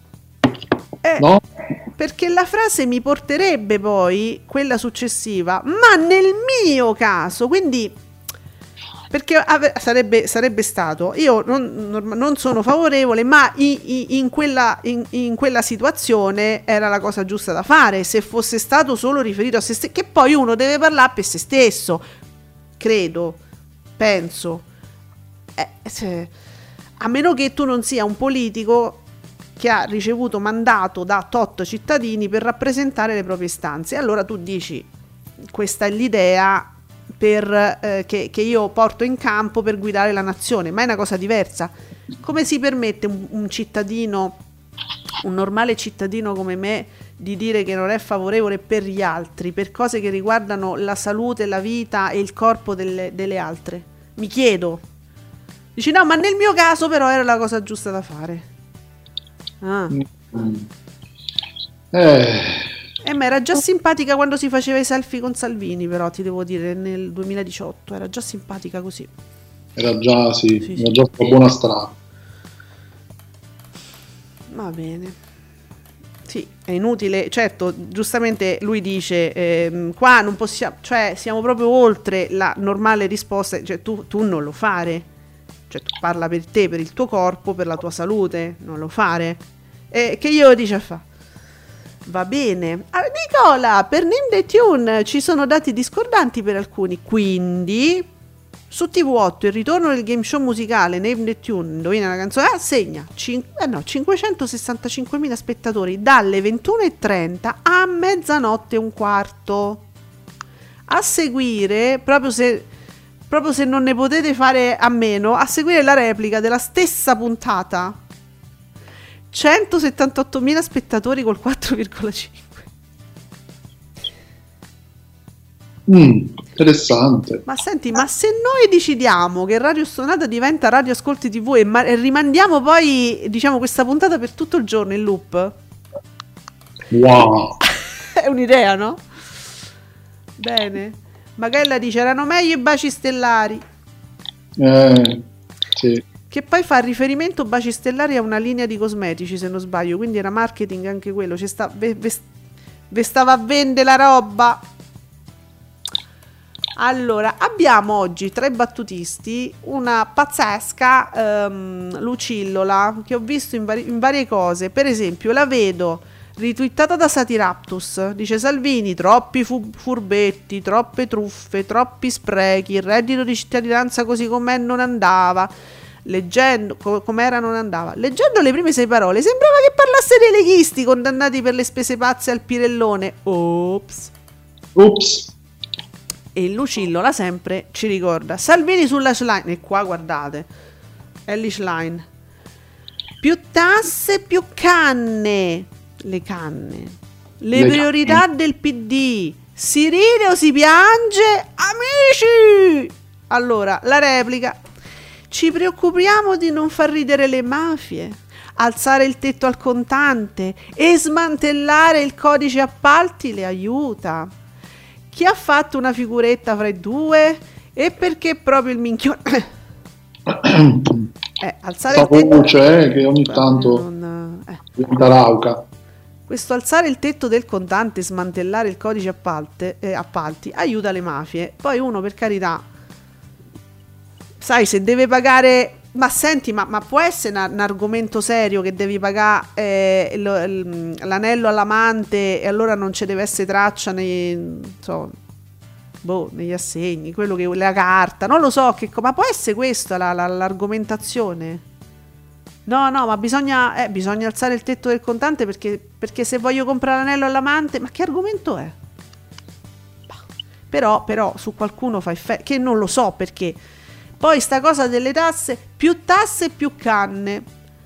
Eh, no? Perché la frase mi porterebbe poi, quella successiva, ma nel mio caso, quindi, perché ave- sarebbe, sarebbe stato: io non, non- non sono favorevole, ma i- i- in, quella, in, in quella situazione era la cosa giusta da fare, se fosse stato solo riferito a se stesso, che poi uno deve parlare per se stesso, credo, penso. Eh, se- a meno che tu non sia un politico che ha ricevuto mandato da tot cittadini per rappresentare le proprie istanze. Allora tu dici: questa è l'idea per, eh, che, che io porto in campo per guidare la nazione, ma è una cosa diversa. Come si permette un, un cittadino, un normale cittadino come me, di dire che non è favorevole per gli altri, per cose che riguardano la salute, la vita e il corpo delle, delle altre? Mi chiedo. Dici: no, ma nel mio caso però era la cosa giusta da fare. Ah. Eh, Eh, ma era già simpatica quando si faceva i selfie con Salvini, però ti devo dire, nel duemiladiciotto era già simpatica così. era già, sì, Sì, sì. era già una buona strada. Va bene. Sì, è inutile, certo, giustamente lui dice, ehm, qua non possiamo, cioè siamo proprio oltre la normale risposta, cioè tu, tu non lo fare, cioè tu parla per te, per il tuo corpo, per la tua salute, non lo fare. E che io dice a fa? Va bene. Ah, Nicola, per Name the Tune ci sono dati discordanti per alcuni, quindi Su T V otto il ritorno del game show musicale Name the Tune, indovina la canzone, ah, segna cin- eh no, cinquecentosessantacinquemila spettatori dalle ventuno e trenta a mezzanotte e un quarto. A seguire, proprio se, proprio se non ne potete fare a meno, a seguire la replica della stessa puntata, centosettantottomila spettatori col quattro virgola cinque. Mm, interessante. Ma senti, ma se noi decidiamo che Radio Stonata diventa Radio Ascolti tivù e, ma- e rimandiamo poi, diciamo, questa puntata per tutto il giorno in loop, Wow. è un'idea, no? Bene. Magella dice erano meglio i baci stellari, Eh, sì. che poi fa riferimento baci stellari a una linea di cosmetici, se non sbaglio, quindi era marketing anche quello, ci sta, ve, ve- ve stava a vendere la roba. Allora, abbiamo oggi tra i battutisti una pazzesca ehm, Lucillola che ho visto in, vari- in varie cose. Per esempio, la vedo ritwittata da Satiraptus. Dice Salvini, troppi fu- furbetti, troppe truffe, troppi sprechi, il reddito di cittadinanza così com'è non andava. Leggendo, co- com'era non andava. Leggendo le prime sei parole, sembrava che parlasse dei leghisti condannati per le spese pazze al Pirellone. Ops. Ops. E il Lucillola sempre ci ricorda Salvini sulla line, e qua guardate è l'Ishline, più tasse più canne, le canne, le, Le priorità canne. del P D, si ride o si piange, amici. Allora la replica, ci preoccupiamo di non far ridere le mafie, alzare il tetto al contante e smantellare il codice appalti le aiuta. Chi ha fatto una figuretta fra i due? E perché proprio il minchione? eh, alzare il Questa tetto... voce eh, che ogni tanto Non, eh. diventa rauca. Questo alzare il tetto del contante e smantellare il codice appalte, eh, appalti aiuta le mafie. Poi uno, per carità, sai, se deve pagare... Ma senti, ma, ma può essere un argomento serio che devi pagare eh, lo- il- l'anello all'amante e allora non ci deve essere traccia nei, so, boh, negli assegni, quello che la carta, non lo so, che, co- ma può essere questa la- la- l'argomentazione? No, no, ma bisogna, eh, bisogna alzare il tetto del contante perché, perché se voglio comprare l'anello all'amante, ma che argomento è? Bah. Però, però su qualcuno fa effetto, che non lo so perché. Poi sta cosa delle tasse, più tasse più canne.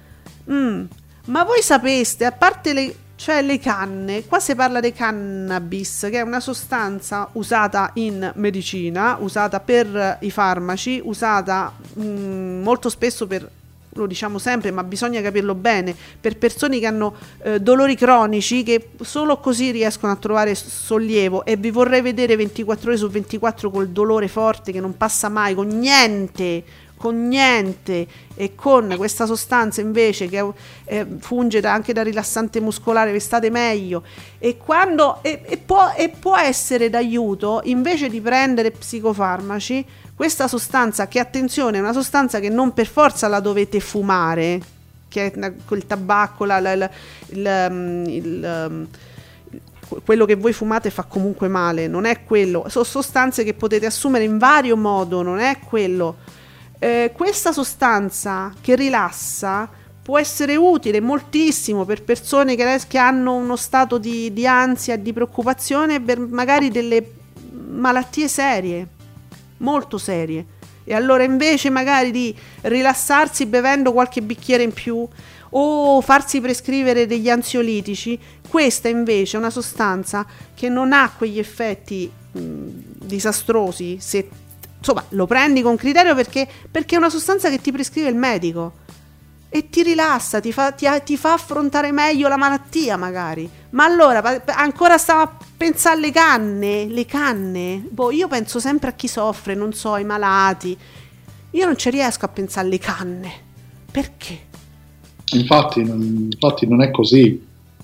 Mm, ma voi sapeste, a parte le, cioè le canne, qua si parla di cannabis, che è una sostanza usata in medicina, usata per i farmaci, usata mm, molto spesso per, lo diciamo sempre, ma bisogna capirlo bene, per persone che hanno eh, dolori cronici, che solo così riescono a trovare sollievo. E vi vorrei vedere ventiquattro ore su ventiquattro col dolore forte che non passa mai, con niente, con niente, e con questa sostanza invece che eh, funge da- anche da rilassante muscolare, vi state meglio. E quando e, e può, e può essere d'aiuto invece di prendere psicofarmaci. Questa sostanza, che attenzione, è una sostanza che non per forza la dovete fumare, che è una- quel tabacco, la, la- la- il, um, il, um, quello che voi fumate fa comunque male, non è quello. Sono sostanze che potete assumere in vario modo, non è quello. Eh, questa sostanza che rilassa può essere utile moltissimo per persone che, che hanno uno stato di, di ansia e di preoccupazione per magari delle malattie serie, molto serie. E allora invece magari di rilassarsi bevendo qualche bicchiere in più o farsi prescrivere degli ansiolitici, questa invece è una sostanza che non ha quegli effetti mh, disastrosi se insomma lo prendi con criterio, perché, perché è una sostanza che ti prescrive il medico e ti rilassa, ti fa, ti, ti fa affrontare meglio la malattia magari. Ma allora pa- ancora stavo a pensare alle canne, le canne, boh, io penso sempre a chi soffre, non so, ai malati. Io non ci riesco a pensare alle canne. Perché? Infatti non, infatti non è così.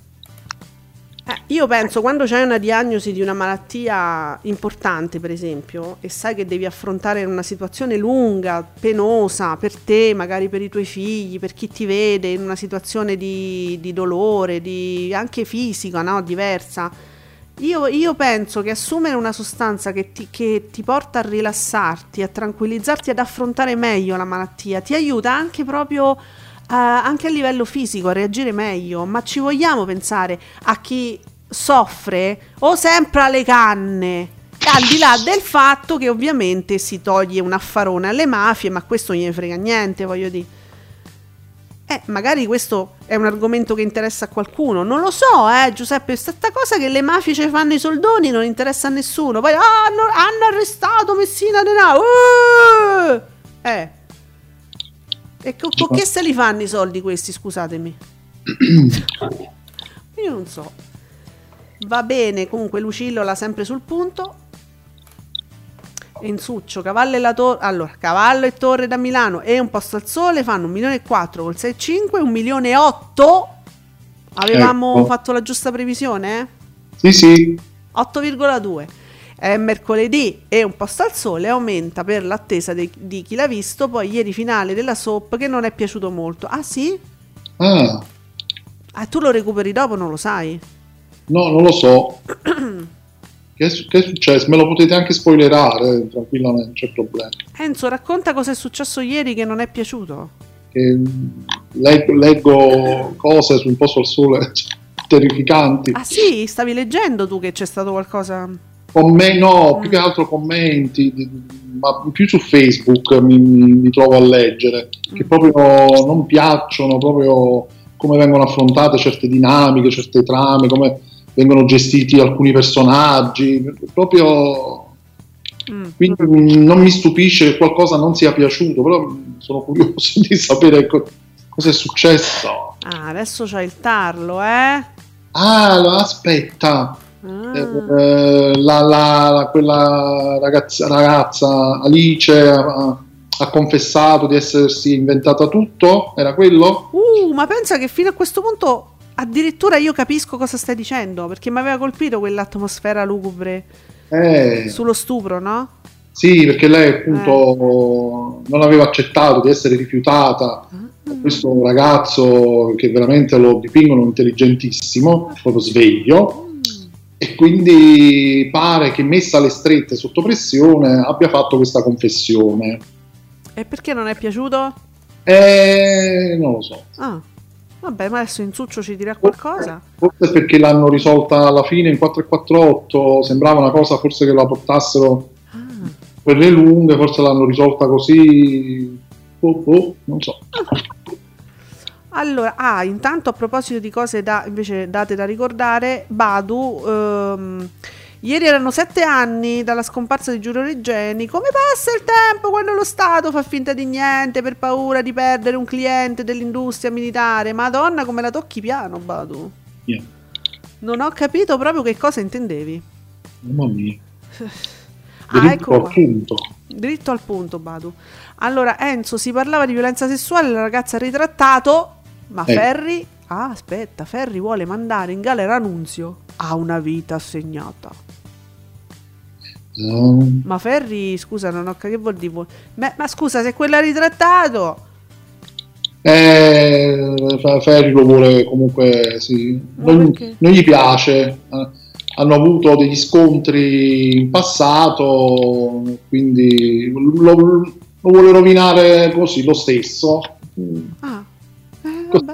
Eh, io penso, quando c'hai una diagnosi di una malattia importante, per esempio, e sai che devi affrontare una situazione lunga, penosa per te, magari per i tuoi figli, per chi ti vede in una situazione di, di dolore, di, anche fisica, no? Diversa, Io, io penso che assumere una sostanza che ti, che ti porta a rilassarti, a tranquillizzarti, ad affrontare meglio la malattia, ti aiuta anche proprio uh, anche a livello fisico a reagire meglio. Ma ci vogliamo pensare a chi soffre o sempre alle canne? Al di là del fatto che ovviamente si toglie un affarone alle mafie, ma questo non gliene frega niente, voglio dire. Eh, magari questo è un argomento che interessa a qualcuno, non lo so, eh, Giuseppe, questa cosa che le mafie ci fanno i soldoni non interessa a nessuno. Poi ah, hanno, hanno arrestato Messina Denaro. Uh! Eh. E con, con che se li fanno i soldi questi, scusatemi? Io non so. Va bene, comunque Lucillola sempre sul punto. Enzuccio, Cavallo e la Torre. Allora, Cavallo e Torre da Milano e Un posto al sole fanno un milione e quattro col sei virgola cinque, un milione e otto. Avevamo ecco. fatto la giusta previsione, eh? Sì, sì. otto virgola due. È mercoledì e Un posto al sole aumenta per l'attesa de- di chi l'ha visto. Poi ieri finale della soap che non è piaciuto molto. Ah sì? Ah, Ah, tu lo recuperi dopo, non lo sai? no, non lo so. Che è, su- che è successo? Me lo potete anche spoilerare, tranquillamente, non c'è problema. Enzo, racconta cosa è successo ieri che non è piaciuto. Che leggo, leggo cose su Un posto al sole terrificanti. Ah sì? Stavi leggendo tu che c'è stato qualcosa? Commen- no, più che altro commenti, di- ma più su Facebook mi, mi- mi trovo a leggere, che proprio non piacciono, proprio come vengono affrontate certe dinamiche, certe trame, come vengono gestiti alcuni personaggi, proprio. Mm. Quindi non mi stupisce che qualcosa non sia piaciuto, però sono curioso di sapere co- cosa è successo. Ah, adesso c'hai il tarlo, eh? Ah, lo- aspetta. Ah. Eh, la, la- la- quella ragazza, ragazza Alice ha, ha confessato di essersi inventata tutto? Era quello? Uh, ma pensa che fino a questo punto addirittura io capisco cosa stai dicendo, perché mi aveva colpito quell'atmosfera lugubre Eh, sullo stupro, no? sì, perché lei appunto non aveva accettato di essere rifiutata da questo ragazzo che veramente lo dipingono intelligentissimo, proprio sveglio, e quindi pare che, messa alle strette sotto pressione, abbia fatto questa confessione. E perché non è piaciuto? Eh, non lo so. Ah, vabbè, ma adesso Inzuccio ci dirà qualcosa. Forse perché l'hanno risolta alla fine in quattro e quarantotto, sembrava una cosa forse che la portassero Ah. quelle lunghe, forse l'hanno risolta così, oh, oh, non so. Allora, ah, intanto a proposito di cose da, invece date da ricordare, Badu, ehm, ieri erano sette anni dalla scomparsa di Giulio Regeni. Come passa il tempo quando lo Stato fa finta di niente per paura di perdere un cliente dell'industria militare? Madonna, come la tocchi piano, Badu. Yeah. Non ho capito proprio che cosa intendevi. Mamma mia. Ah, Dritto ecco al qua. punto. Dritto al punto, Badu. Allora, Enzo, si parlava di violenza sessuale, la ragazza ha ritrattato, ma Eh. Ferri... Ah, aspetta, Ferri vuole mandare in galera Nunzio. Ha una vita assegnata. No. Ma Ferri, scusa, non ho capito che vuol dire. Ma, ma scusa, se quello ha ritrattato... Eh, Fe- Ferri lo vuole comunque, sì. Ma Non, perché? non gli piace. Eh, hanno avuto degli scontri in passato, quindi lo, lo vuole rovinare così lo stesso. Ah, eh, vabbè.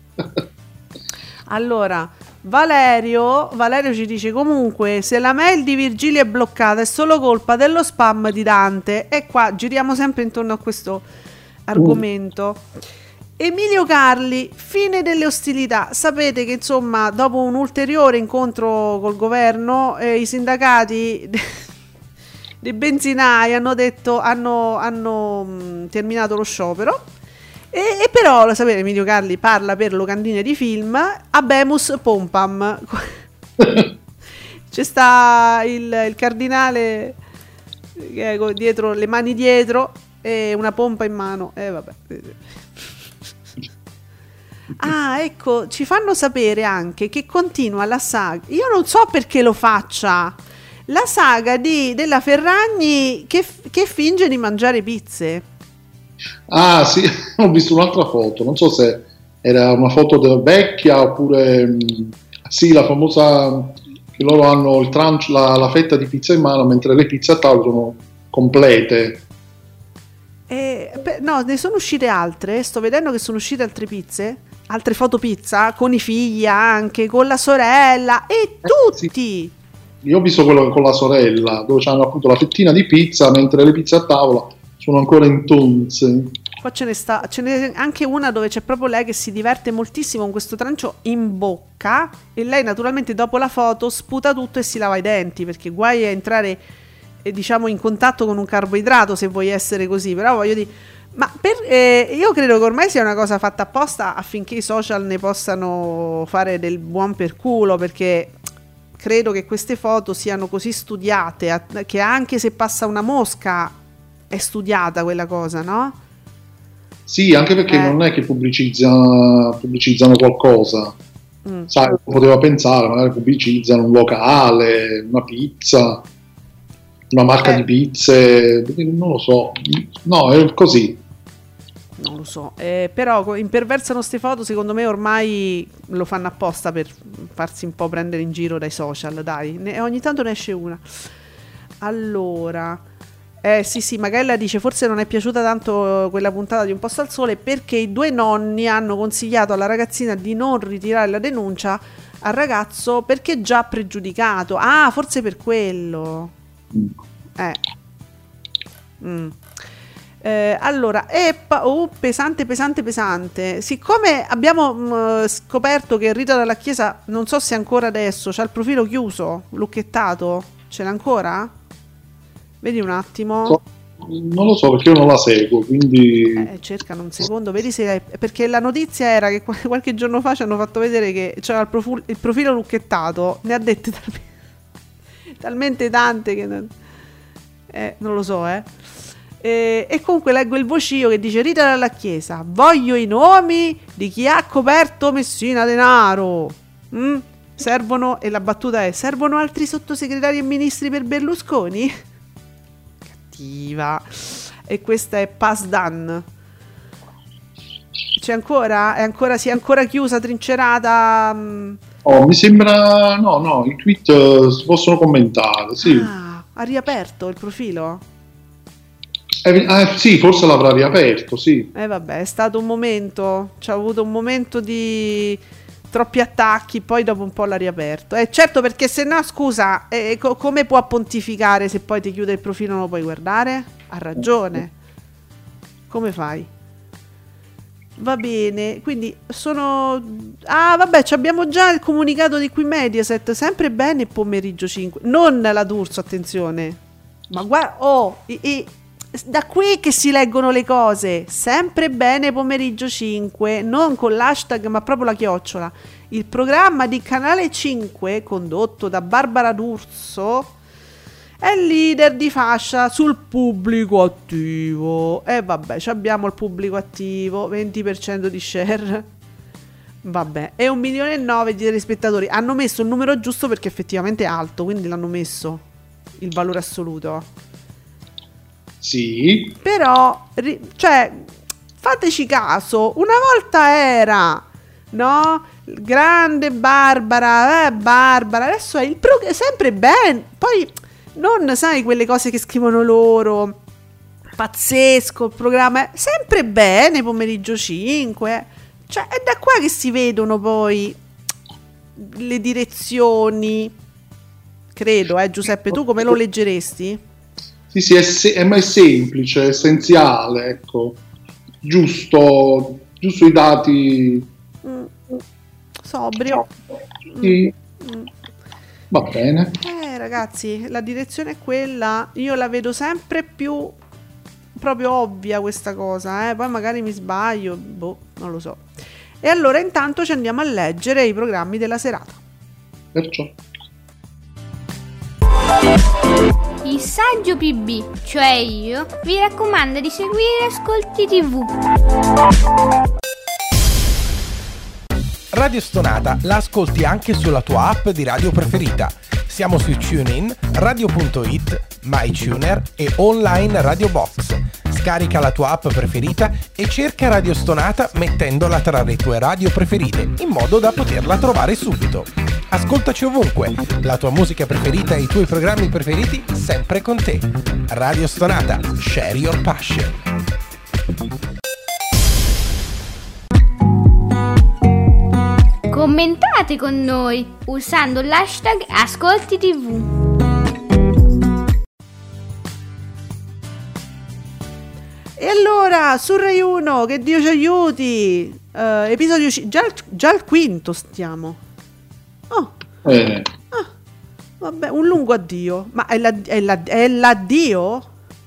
Allora, Valerio, Valerio ci dice comunque se la mail di Virgilio è bloccata è solo colpa dello spam di Dante. E qua giriamo sempre intorno a questo argomento. Emilio Carli, fine delle ostilità. Sapete che insomma dopo un ulteriore incontro col governo eh, i sindacati dei benzinai hanno detto hanno, hanno mh, terminato lo sciopero. E, e però, lo sapete, Emilio Carli parla per locandine di film. Abemus Pompam. C'è sta il, il cardinale che è co- dietro, le mani dietro e una pompa in mano. E eh, vabbè. Ah, ecco, ci fanno sapere anche che continua la saga. Io non so perché lo faccia. La saga di, della Ferragni che, che finge di mangiare pizze. Ah, sì, ho visto un'altra foto, non so se era una foto della vecchia oppure mh, sì, la famosa che loro hanno il tranch, la, la fetta di pizza in mano, mentre le pizze a tavola sono complete. Eh, beh, no, ne sono uscite altre. Sto vedendo che sono uscite altre pizze, altre foto pizza con i figli anche, con la sorella e tutti. Eh, sì. Io ho visto quello con la sorella, dove c'hanno appunto la fettina di pizza, mentre le pizze a tavola sono ancora in tonze. Qua ce ne sta, ce n'è anche una dove c'è proprio lei che si diverte moltissimo con questo trancio in bocca, e lei naturalmente dopo la foto sputa tutto e si lava i denti, perché guai a entrare eh, diciamo in contatto con un carboidrato se vuoi essere così. Però voglio dire, ma per, eh, io credo che ormai sia una cosa fatta apposta affinché i social ne possano fare del buon per culo, perché credo che queste foto siano così studiate a, che anche se passa una mosca è studiata quella cosa, no? Sì, anche perché eh. non è che pubblicizzano, pubblicizzano qualcosa. Mm. Sai, poteva pensare, magari pubblicizzano un locale, una pizza, una marca eh. di pizze, non lo so. No, è così. Non lo so, eh, però imperversano ste foto, secondo me ormai lo fanno apposta per farsi un po' prendere in giro dai social, dai, ne, ogni tanto ne esce una. Allora, eh sì sì, Magella dice forse non è piaciuta tanto quella puntata di Un Posto al Sole perché i due nonni hanno consigliato alla ragazzina di non ritirare la denuncia al ragazzo perché già pregiudicato. Ah, forse per quello. Eh. Mm. Eh, allora, epa, oh, pesante, pesante, pesante. Siccome abbiamo mh, scoperto che Rita dalla Chiesa, non so se ancora adesso, c'ha il profilo chiuso, lucchettato, ce l'ha ancora? Vedi un attimo. So, non lo so perché io non la seguo, quindi... Eh, cercano un secondo, vedi se... È, perché la notizia era che qualche giorno fa ci hanno fatto vedere che c'era il, profu- il profilo lucchettato, ne ha dette talmente, talmente tante che... Non, eh, non lo so, eh. E, e comunque leggo il vocio che dice Rita dalla Chiesa, voglio i nomi di chi ha coperto Messina Denaro. mm? Servono, e la battuta è, servono altri sottosegretari e ministri per Berlusconi? Cattiva. E questa è pass done. C'è ancora? È ancora, si è ancora chiusa, trincerata? mm? Oh, mi sembra, no no, i tweet uh, si possono commentare, sì. Ah, ha riaperto il profilo? Eh, eh, sì, forse l'avrà riaperto, sì. Eh vabbè, è stato un momento, c'ha avuto un momento di troppi attacchi, poi dopo un po' l'ha riaperto. Eh certo, perché se no, scusa, eh, co- come può pontificare se poi ti chiude il profilo e non lo puoi guardare? Ha ragione. Come fai? Va bene, quindi sono... Ah vabbè, abbiamo già il comunicato di qui Mediaset, sempre bene pomeriggio cinque, non la D'Urso, attenzione. Ma guarda, oh, i... i da qui che si leggono le cose, sempre bene pomeriggio cinque, non con l'hashtag ma proprio la chiocciola. Il programma di Canale cinque condotto da Barbara D'Urso è leader di fascia sul pubblico attivo. E eh, vabbè, abbiamo il pubblico attivo, venti per cento di share, vabbè, e un milione e nove di telespettatori. Hanno messo il numero giusto perché effettivamente è alto, quindi l'hanno messo il valore assoluto. Sì. Però, ri- cioè, fateci caso, una volta era, no? Grande Barbara, eh, Barbara, adesso è il pro- sempre bene. Poi, non sai quelle cose che scrivono loro, pazzesco il programma, sempre bene, pomeriggio cinque. Cioè, è da qua che si vedono poi le direzioni. Credo, eh, Giuseppe, tu come lo leggeresti? Sì, sì, è, se- è mai semplice, essenziale, ecco, giusto, giusto i dati. Mm. Sobrio. Sì. Mm. Va bene. Eh ragazzi, la direzione è quella, io la vedo sempre più proprio ovvia questa cosa, eh? Poi magari mi sbaglio, boh, non lo so. E allora intanto ci andiamo a leggere i programmi della serata. Perciò. Il saggio P B, cioè io, vi raccomanda di seguire Ascolti tivù. Radio Stonata la ascolti anche sulla tua app di radio preferita. Siamo su TuneIn, radio punto it, MyTuner e online Radio Box. Scarica la tua app preferita e cerca Radio Stonata mettendola tra le tue radio preferite, in modo da poterla trovare subito. Ascoltaci ovunque, la tua musica preferita e i tuoi programmi preferiti sempre con te. Radio Stonata, share your passion. Commentate con noi usando l'hashtag Ascolti tivù. E allora, su Rai uno, che Dio ci aiuti, eh, episodio c- già, già al quinto stiamo. Oh, Eh, ah, vabbè, un lungo addio. Ma è, la, è, la, è l'addio?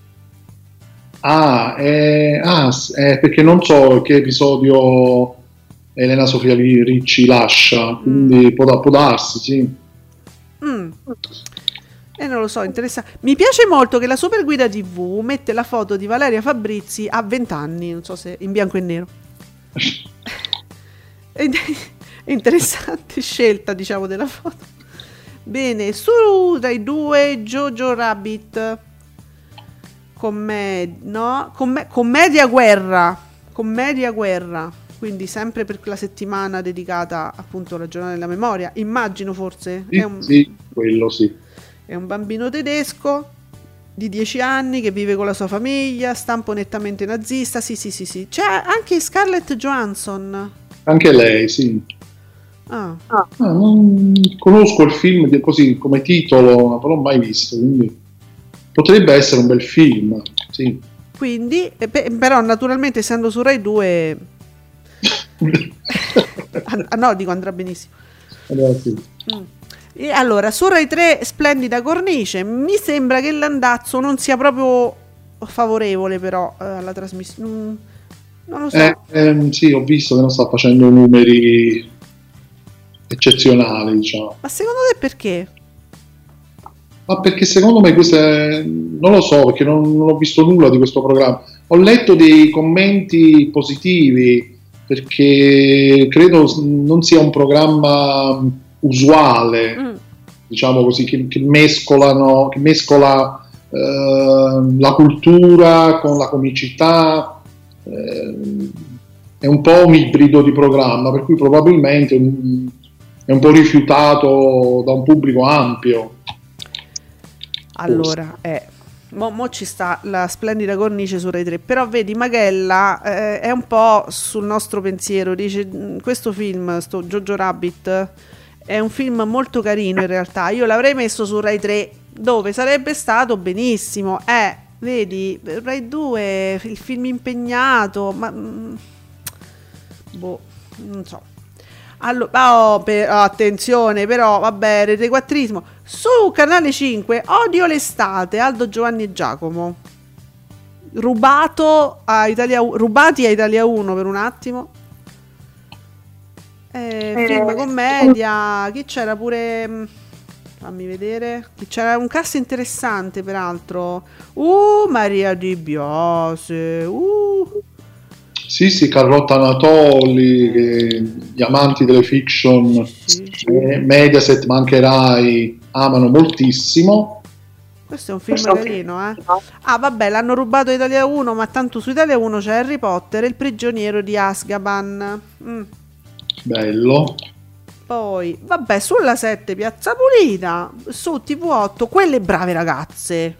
ah, eh, ah, s- eh, perché non so che episodio Elena Sofia Li- Ricci lascia, quindi può, da- può darsi, sì. Mm. Eh, non lo so, interessante. Mi piace molto che la Super Guida tivù mette la foto di Valeria Fabrizi a venti anni, non so se in bianco e nero. È è interessante scelta, diciamo, della foto. Bene, su Rai due Jojo Rabbit. Commed- no? Comm- commedia guerra. Commedia guerra. Quindi sempre per la settimana dedicata appunto alla giornata della memoria. Immagino forse. Sì, È un... sì, quello sì. È un bambino tedesco di dieci anni che vive con la sua famiglia, stampo nettamente nazista. Sì, sì, sì, sì. C'è anche Scarlett Johansson. Anche lei, sì. Ah, Ah, non conosco il film di- così come titolo, ma non l'ho mai visto, quindi potrebbe essere un bel film, sì. quindi, eh, pe- però naturalmente essendo su Rai due, ah, ah, no, dico andrà benissimo. Allora, sì. Mm. E allora, su Rai tre Splendida Cornice, mi sembra che l'andazzo non sia proprio favorevole però eh, alla trasmissione. Mm, non lo so. Eh, ehm, sì, ho visto che non sta facendo numeri eccezionali, diciamo. Ma secondo te perché? Ma perché secondo me queste, non lo so, perché non, non ho visto nulla di questo programma. Ho letto dei commenti positivi, perché credo s- non sia un programma usuale, Mm. diciamo così, che, che mescolano, che mescola eh, la cultura con la comicità. eh, è un po' un ibrido di programma, per cui probabilmente mm, è un po' rifiutato da un pubblico ampio. Allora, eh, mo, mo ci sta la Splendida Cornice su Rai tre, però vedi Magella eh, è un po' sul nostro pensiero, dice "Mm, questo film, sto Jojo Rabbit, è un film molto carino in realtà, io l'avrei messo su Rai tre dove sarebbe stato benissimo, eh, vedi, Rai due, il film impegnato, ma... mm, boh, non so. Allora, oh, per- oh, attenzione, però, vabbè, retequattrismo. Su Canale cinque, Odio l'estate, Aldo, Giovanni e Giacomo. Rubato a Italia, U- rubati a Italia uno per un attimo. Eh, film commedia. Chi c'era pure? mh, Fammi vedere. Chi c'era un cast interessante, peraltro. Uh, Maria Di Biase. Uh. Sì, sì, Carlotta Anatoli, che gli amanti delle fiction, Sì. eh, Mediaset, ma anche Rai, amano moltissimo. Questo è un film carino, eh. Ah, vabbè, l'hanno rubato a Italia uno, ma tanto su Italia uno c'è Harry Potter e il prigioniero di Azkaban. Mm. Bello. Poi, vabbè, sulla sette Piazza Pulita, su T V otto Quelle brave ragazze.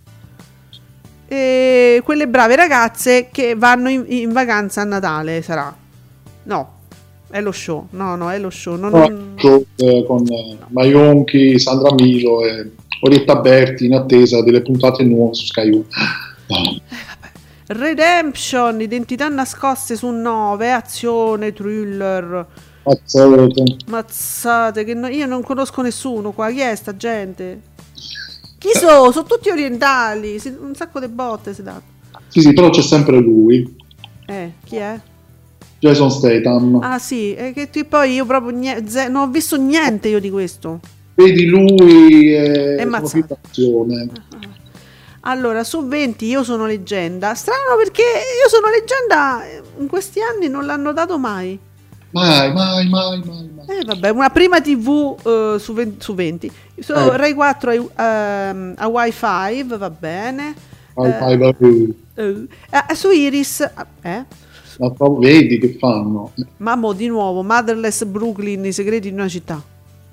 E quelle brave ragazze che vanno in, in vacanza a Natale, sarà? No, è lo show. No, no, è lo show. Non, non- Show, eh, con eh, Maionchi, Sandra Milo e Orietta Berti in attesa delle puntate nuove su Sky uno. No. Redemption, Identità nascoste su nove, azione, thriller. Mazzate. Mazzate, che no- io non conosco nessuno qua. Chi è sta gente? Chi sono? Sono tutti orientali. si- un sacco di botte si dà. Sì, sì, però c'è sempre lui, Eh, chi è? Jason Statham. Ah sì, e che ti- poi io proprio nie- ze- non ho visto niente io di questo. Vedi lui e E sono Mazzate. film d'azione. Allora, su venti Io sono leggenda. Strano perché Io sono leggenda eh, in questi anni non l'hanno dato mai. Mai, mai, mai, mai, mai. Eh vabbè, una prima tivù eh, su, venti, su venti. Su Eh. Rai quattro ehm, a Wi-Fi, va bene. Vai, Eh, vai, vai. eh, eh, su Iris, eh? Ma proprio vedi che fanno. Mammo di nuovo, Motherless Brooklyn, I segreti di una città.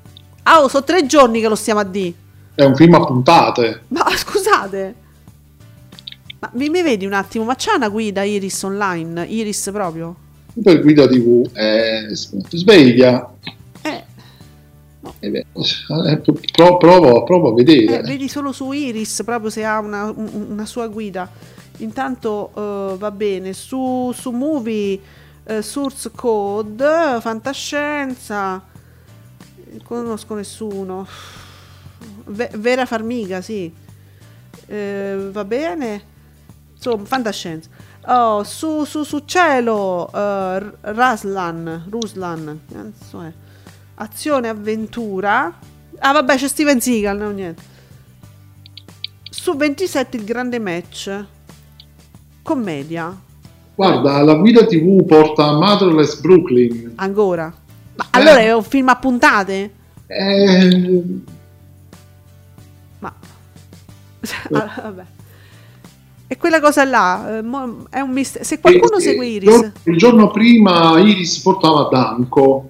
Ah, oh, sono tre giorni che lo stiamo a di. È un film a puntate. Ma scusate, ma mi, mi vedi un attimo? Ma c'è una guida Iris online? Iris proprio? Per guida tivù. Eh, sveglia. Eh, Eh beh, eh, pro- provo, provo a vedere. eh, vedi solo su Iris proprio se ha una, un- una sua guida. Intanto eh, va bene. Su, su Movie, eh, Source Code, Fantascienza. Non conosco nessuno. Ve- Vera Farmiga, sì. Eh, va bene. Insomma, fantascienza. Oh, su, su, su cielo, eh, Ruslan, Ruslan, che cazzo è? Azione, avventura. Ah, vabbè, c'è Steven Seagal, no, niente. Su ventisette il grande match. Commedia. Guarda, la guida tivù porta a Motherless Brooklyn. Ancora. Ma allora è un film a puntate? Eh, Ma ah, vabbè. E quella cosa là eh, mo- è un mistero. Se qualcuno eh, segue il Iris. giorno- Il giorno prima Iris portava Danko.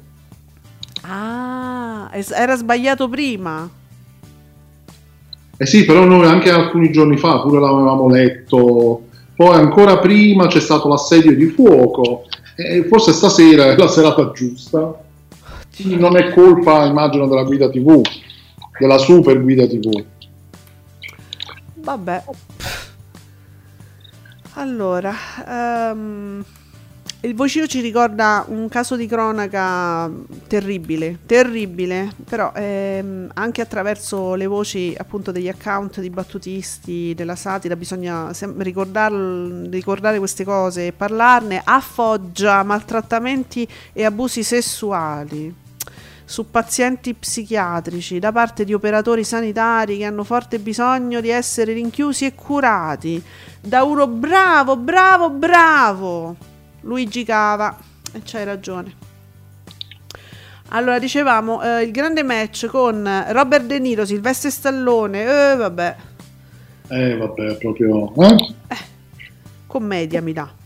Ah, es- era sbagliato prima. Eh sì, però noi anche alcuni giorni fa pure l'avevamo letto. Poi ancora prima c'è stato l'assedio di fuoco. E forse stasera è la serata giusta. Quindi non è colpa, immagino, della guida tivù, della super guida tivù. Vabbè. Allora, ehm, il vocino ci ricorda un caso di cronaca terribile, terribile, però ehm, anche attraverso le voci appunto degli account di battutisti, della satira, bisogna sem- ricordar- ricordare queste cose e parlarne. A Foggia, maltrattamenti e abusi sessuali su pazienti psichiatrici da parte di operatori sanitari che hanno forte bisogno di essere rinchiusi e curati da uno bravo, bravo, bravo Luigi Cava. E c'hai ragione. Allora, dicevamo eh, il grande match con Robert De Niro, Sylvester Stallone, eh, vabbè, Eh vabbè, proprio... Eh? commedia mi dà.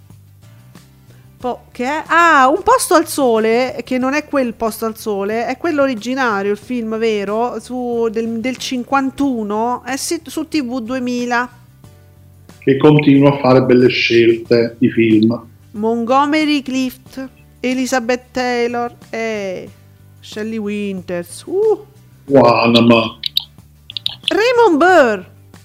Po- che è? Ah, Un posto al sole, che non è quel Posto al sole, è quello originario, il film vero, su, del, del cinquantuno, è sì, su T V duemila. Che continua a fare belle scelte di film. Montgomery Clift, Elizabeth Taylor e Shelley Winters, uh, Wanama. Raymond Burr.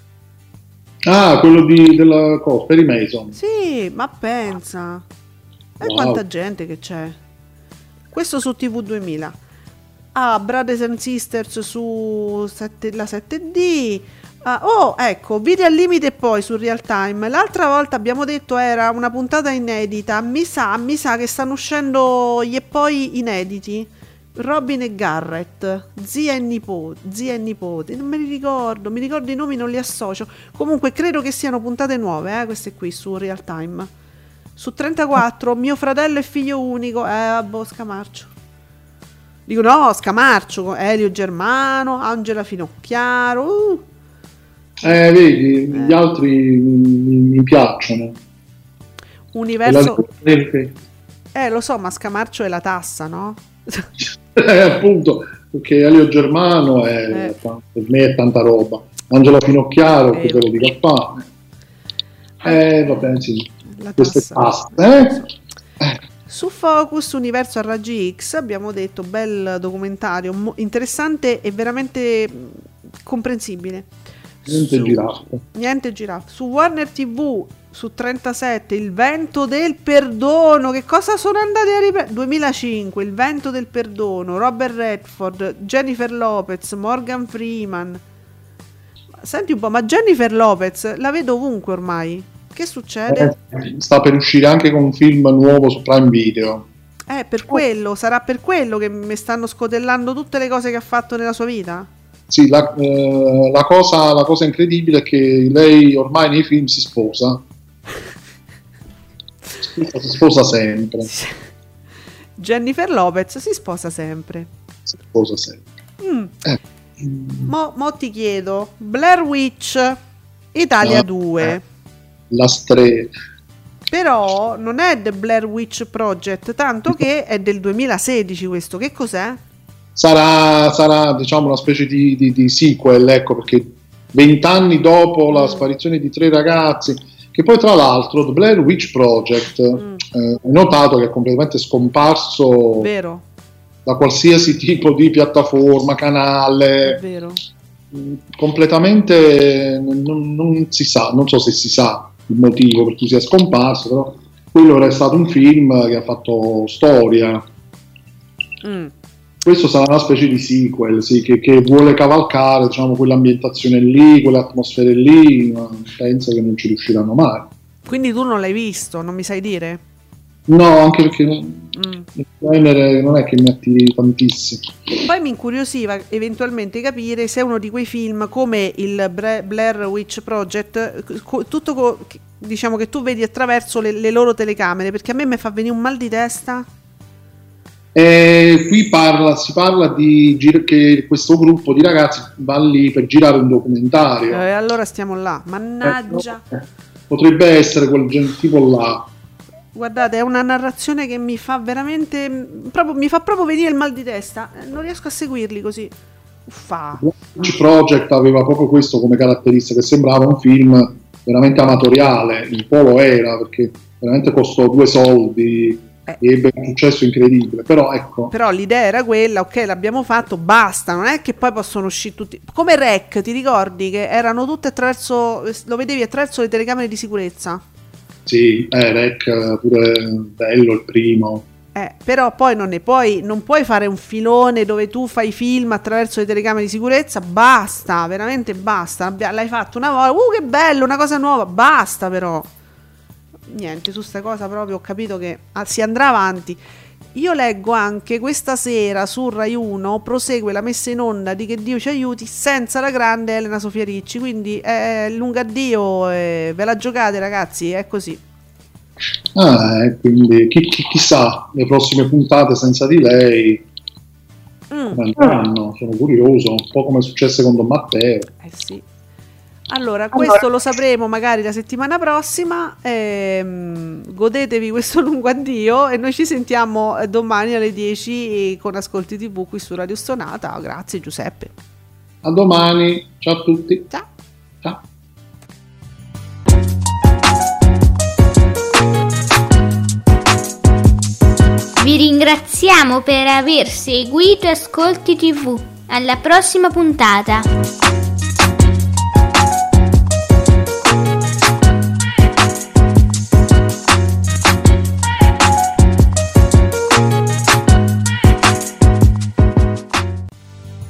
Ah, quello di, della cosa, Perry Mason. Sì, ma pensa. E Wow. quanta gente che c'è. Questo su T V duemila. Ah, Brothers and Sisters su sette la sette D. Ah, oh, ecco, Video al limite e poi su Real Time. L'altra volta abbiamo detto era una puntata inedita. Mi sa, mi sa che stanno uscendo gli e poi inediti. Robin e Garrett, zia e nipote, zia e nipote, non me li ricordo, mi ricordo i nomi, non li associo. Comunque credo che siano puntate nuove, eh, queste qui su Real Time. Su trentaquattro, Mio fratello e figlio unico, eh, boh, Scamarcio. Dico no, Scamarcio, Elio Germano, Angela Finocchiaro. Uh. Eh, vedi, gli altri mi, mi piacciono. Universo... E la- Eh, lo so, ma Scamarcio è la tassa, no? Eh, appunto, perché Elio Germano è, Eh. per me è tanta roba. Angela Finocchiaro, Eh, che te lo dico a fare. Eh, va bene, sì. La Queste tassa. paste, eh? Su Focus Universo a raggi X abbiamo detto bel documentario, mo- interessante e veramente mh, comprensibile. Niente Su- giraffe. Niente giraffe. Su Warner T V su trentasette Il vento del perdono. Che cosa sono andati a riprendere? duemilacinque Il vento del perdono. Robert Redford, Jennifer Lopez, Morgan Freeman. Senti un po', ma Jennifer Lopez la vedo ovunque ormai. Che succede? Eh, sta per uscire anche con un film nuovo su Prime Video. Eh, per quello, sarà per quello che mi stanno scodellando tutte le cose che ha fatto nella sua vita? Sì, la, eh, la cosa, la cosa incredibile è che lei ormai nei film si sposa. Si sposa sempre. Jennifer Lopez si sposa sempre. Si sposa sempre. Mm. Eh. Mo, mo ti chiedo, Blair Witch Italia Ah, due. La stre... Però non è The Blair Witch Project, tanto che è del duemilasedici questo. Che cos'è? sarà, sarà diciamo una specie di, di, di sequel, ecco, perché vent'anni dopo la sparizione di tre ragazzi, che poi tra l'altro The Blair Witch Project, mm. eh, ho notato che è completamente scomparso Vero. da qualsiasi tipo di piattaforma, canale, È vero. completamente non, non si sa, non so se si sa il motivo per cui sia scomparso, però quello era stato un film che ha fatto storia. Mm. Questo sarà una specie di sequel, sì, che, che vuole cavalcare, diciamo, quell'ambientazione lì, quelle atmosfere lì, ma penso che non ci riusciranno mai. Quindi tu non l'hai visto, non mi sai dire? No, anche perché Mm. il genere non è che mi attiri tantissimo. Poi mi incuriosiva eventualmente capire se è uno di quei film come il Bra- Blair Witch Project, co- tutto co- diciamo che tu vedi attraverso le, le loro telecamere, perché a me mi fa venire un mal di testa. E qui parla, si parla di gir- che questo gruppo di ragazzi va lì per girare un documentario. E eh, allora stiamo là, mannaggia. Eh, potrebbe essere quel gen- tipo là. Guardate, è una narrazione che mi fa veramente proprio, mi fa proprio venire il mal di testa. Non riesco a seguirli così. Uffa. Witch Project aveva proprio questo come caratteristica, che sembrava un film veramente amatoriale, un po' lo era, perché veramente costò due soldi eh. e ebbe un successo incredibile, però ecco. Però l'idea era quella, ok, l'abbiamo fatto, basta, non è che poi possono uscire tutti. Come Rec, ti ricordi che erano tutte attraverso, lo vedevi attraverso le telecamere di sicurezza? Sì, eh, Rec pure bello il primo. Eh, però poi non ne puoi, non puoi fare un filone dove tu fai film attraverso le telecamere di sicurezza, basta, veramente basta, l'hai fatto una volta, uh che bello, una cosa nuova, basta però. Niente, su sta cosa proprio ho capito che ah, si andrà avanti. Io leggo anche questa sera su Rai uno prosegue la messa in onda di Che Dio ci aiuti senza la grande Elena Sofia Ricci, quindi è lungo addio, eh, ve la giocate ragazzi, è così. Ah, eh, quindi chi, chi, chissà le prossime puntate senza di lei mm. come andranno, sono curioso, un po' come è successo con Don Matteo. Eh sì. Allora, questo lo sapremo magari la settimana prossima, ehm, godetevi questo lungo addio e noi ci sentiamo domani alle dieci con Ascolti tivù qui su Radio Stonata. Grazie Giuseppe. A domani, ciao a tutti. Ciao. Ciao. Vi ringraziamo per aver seguito Ascolti tivù. Alla prossima puntata.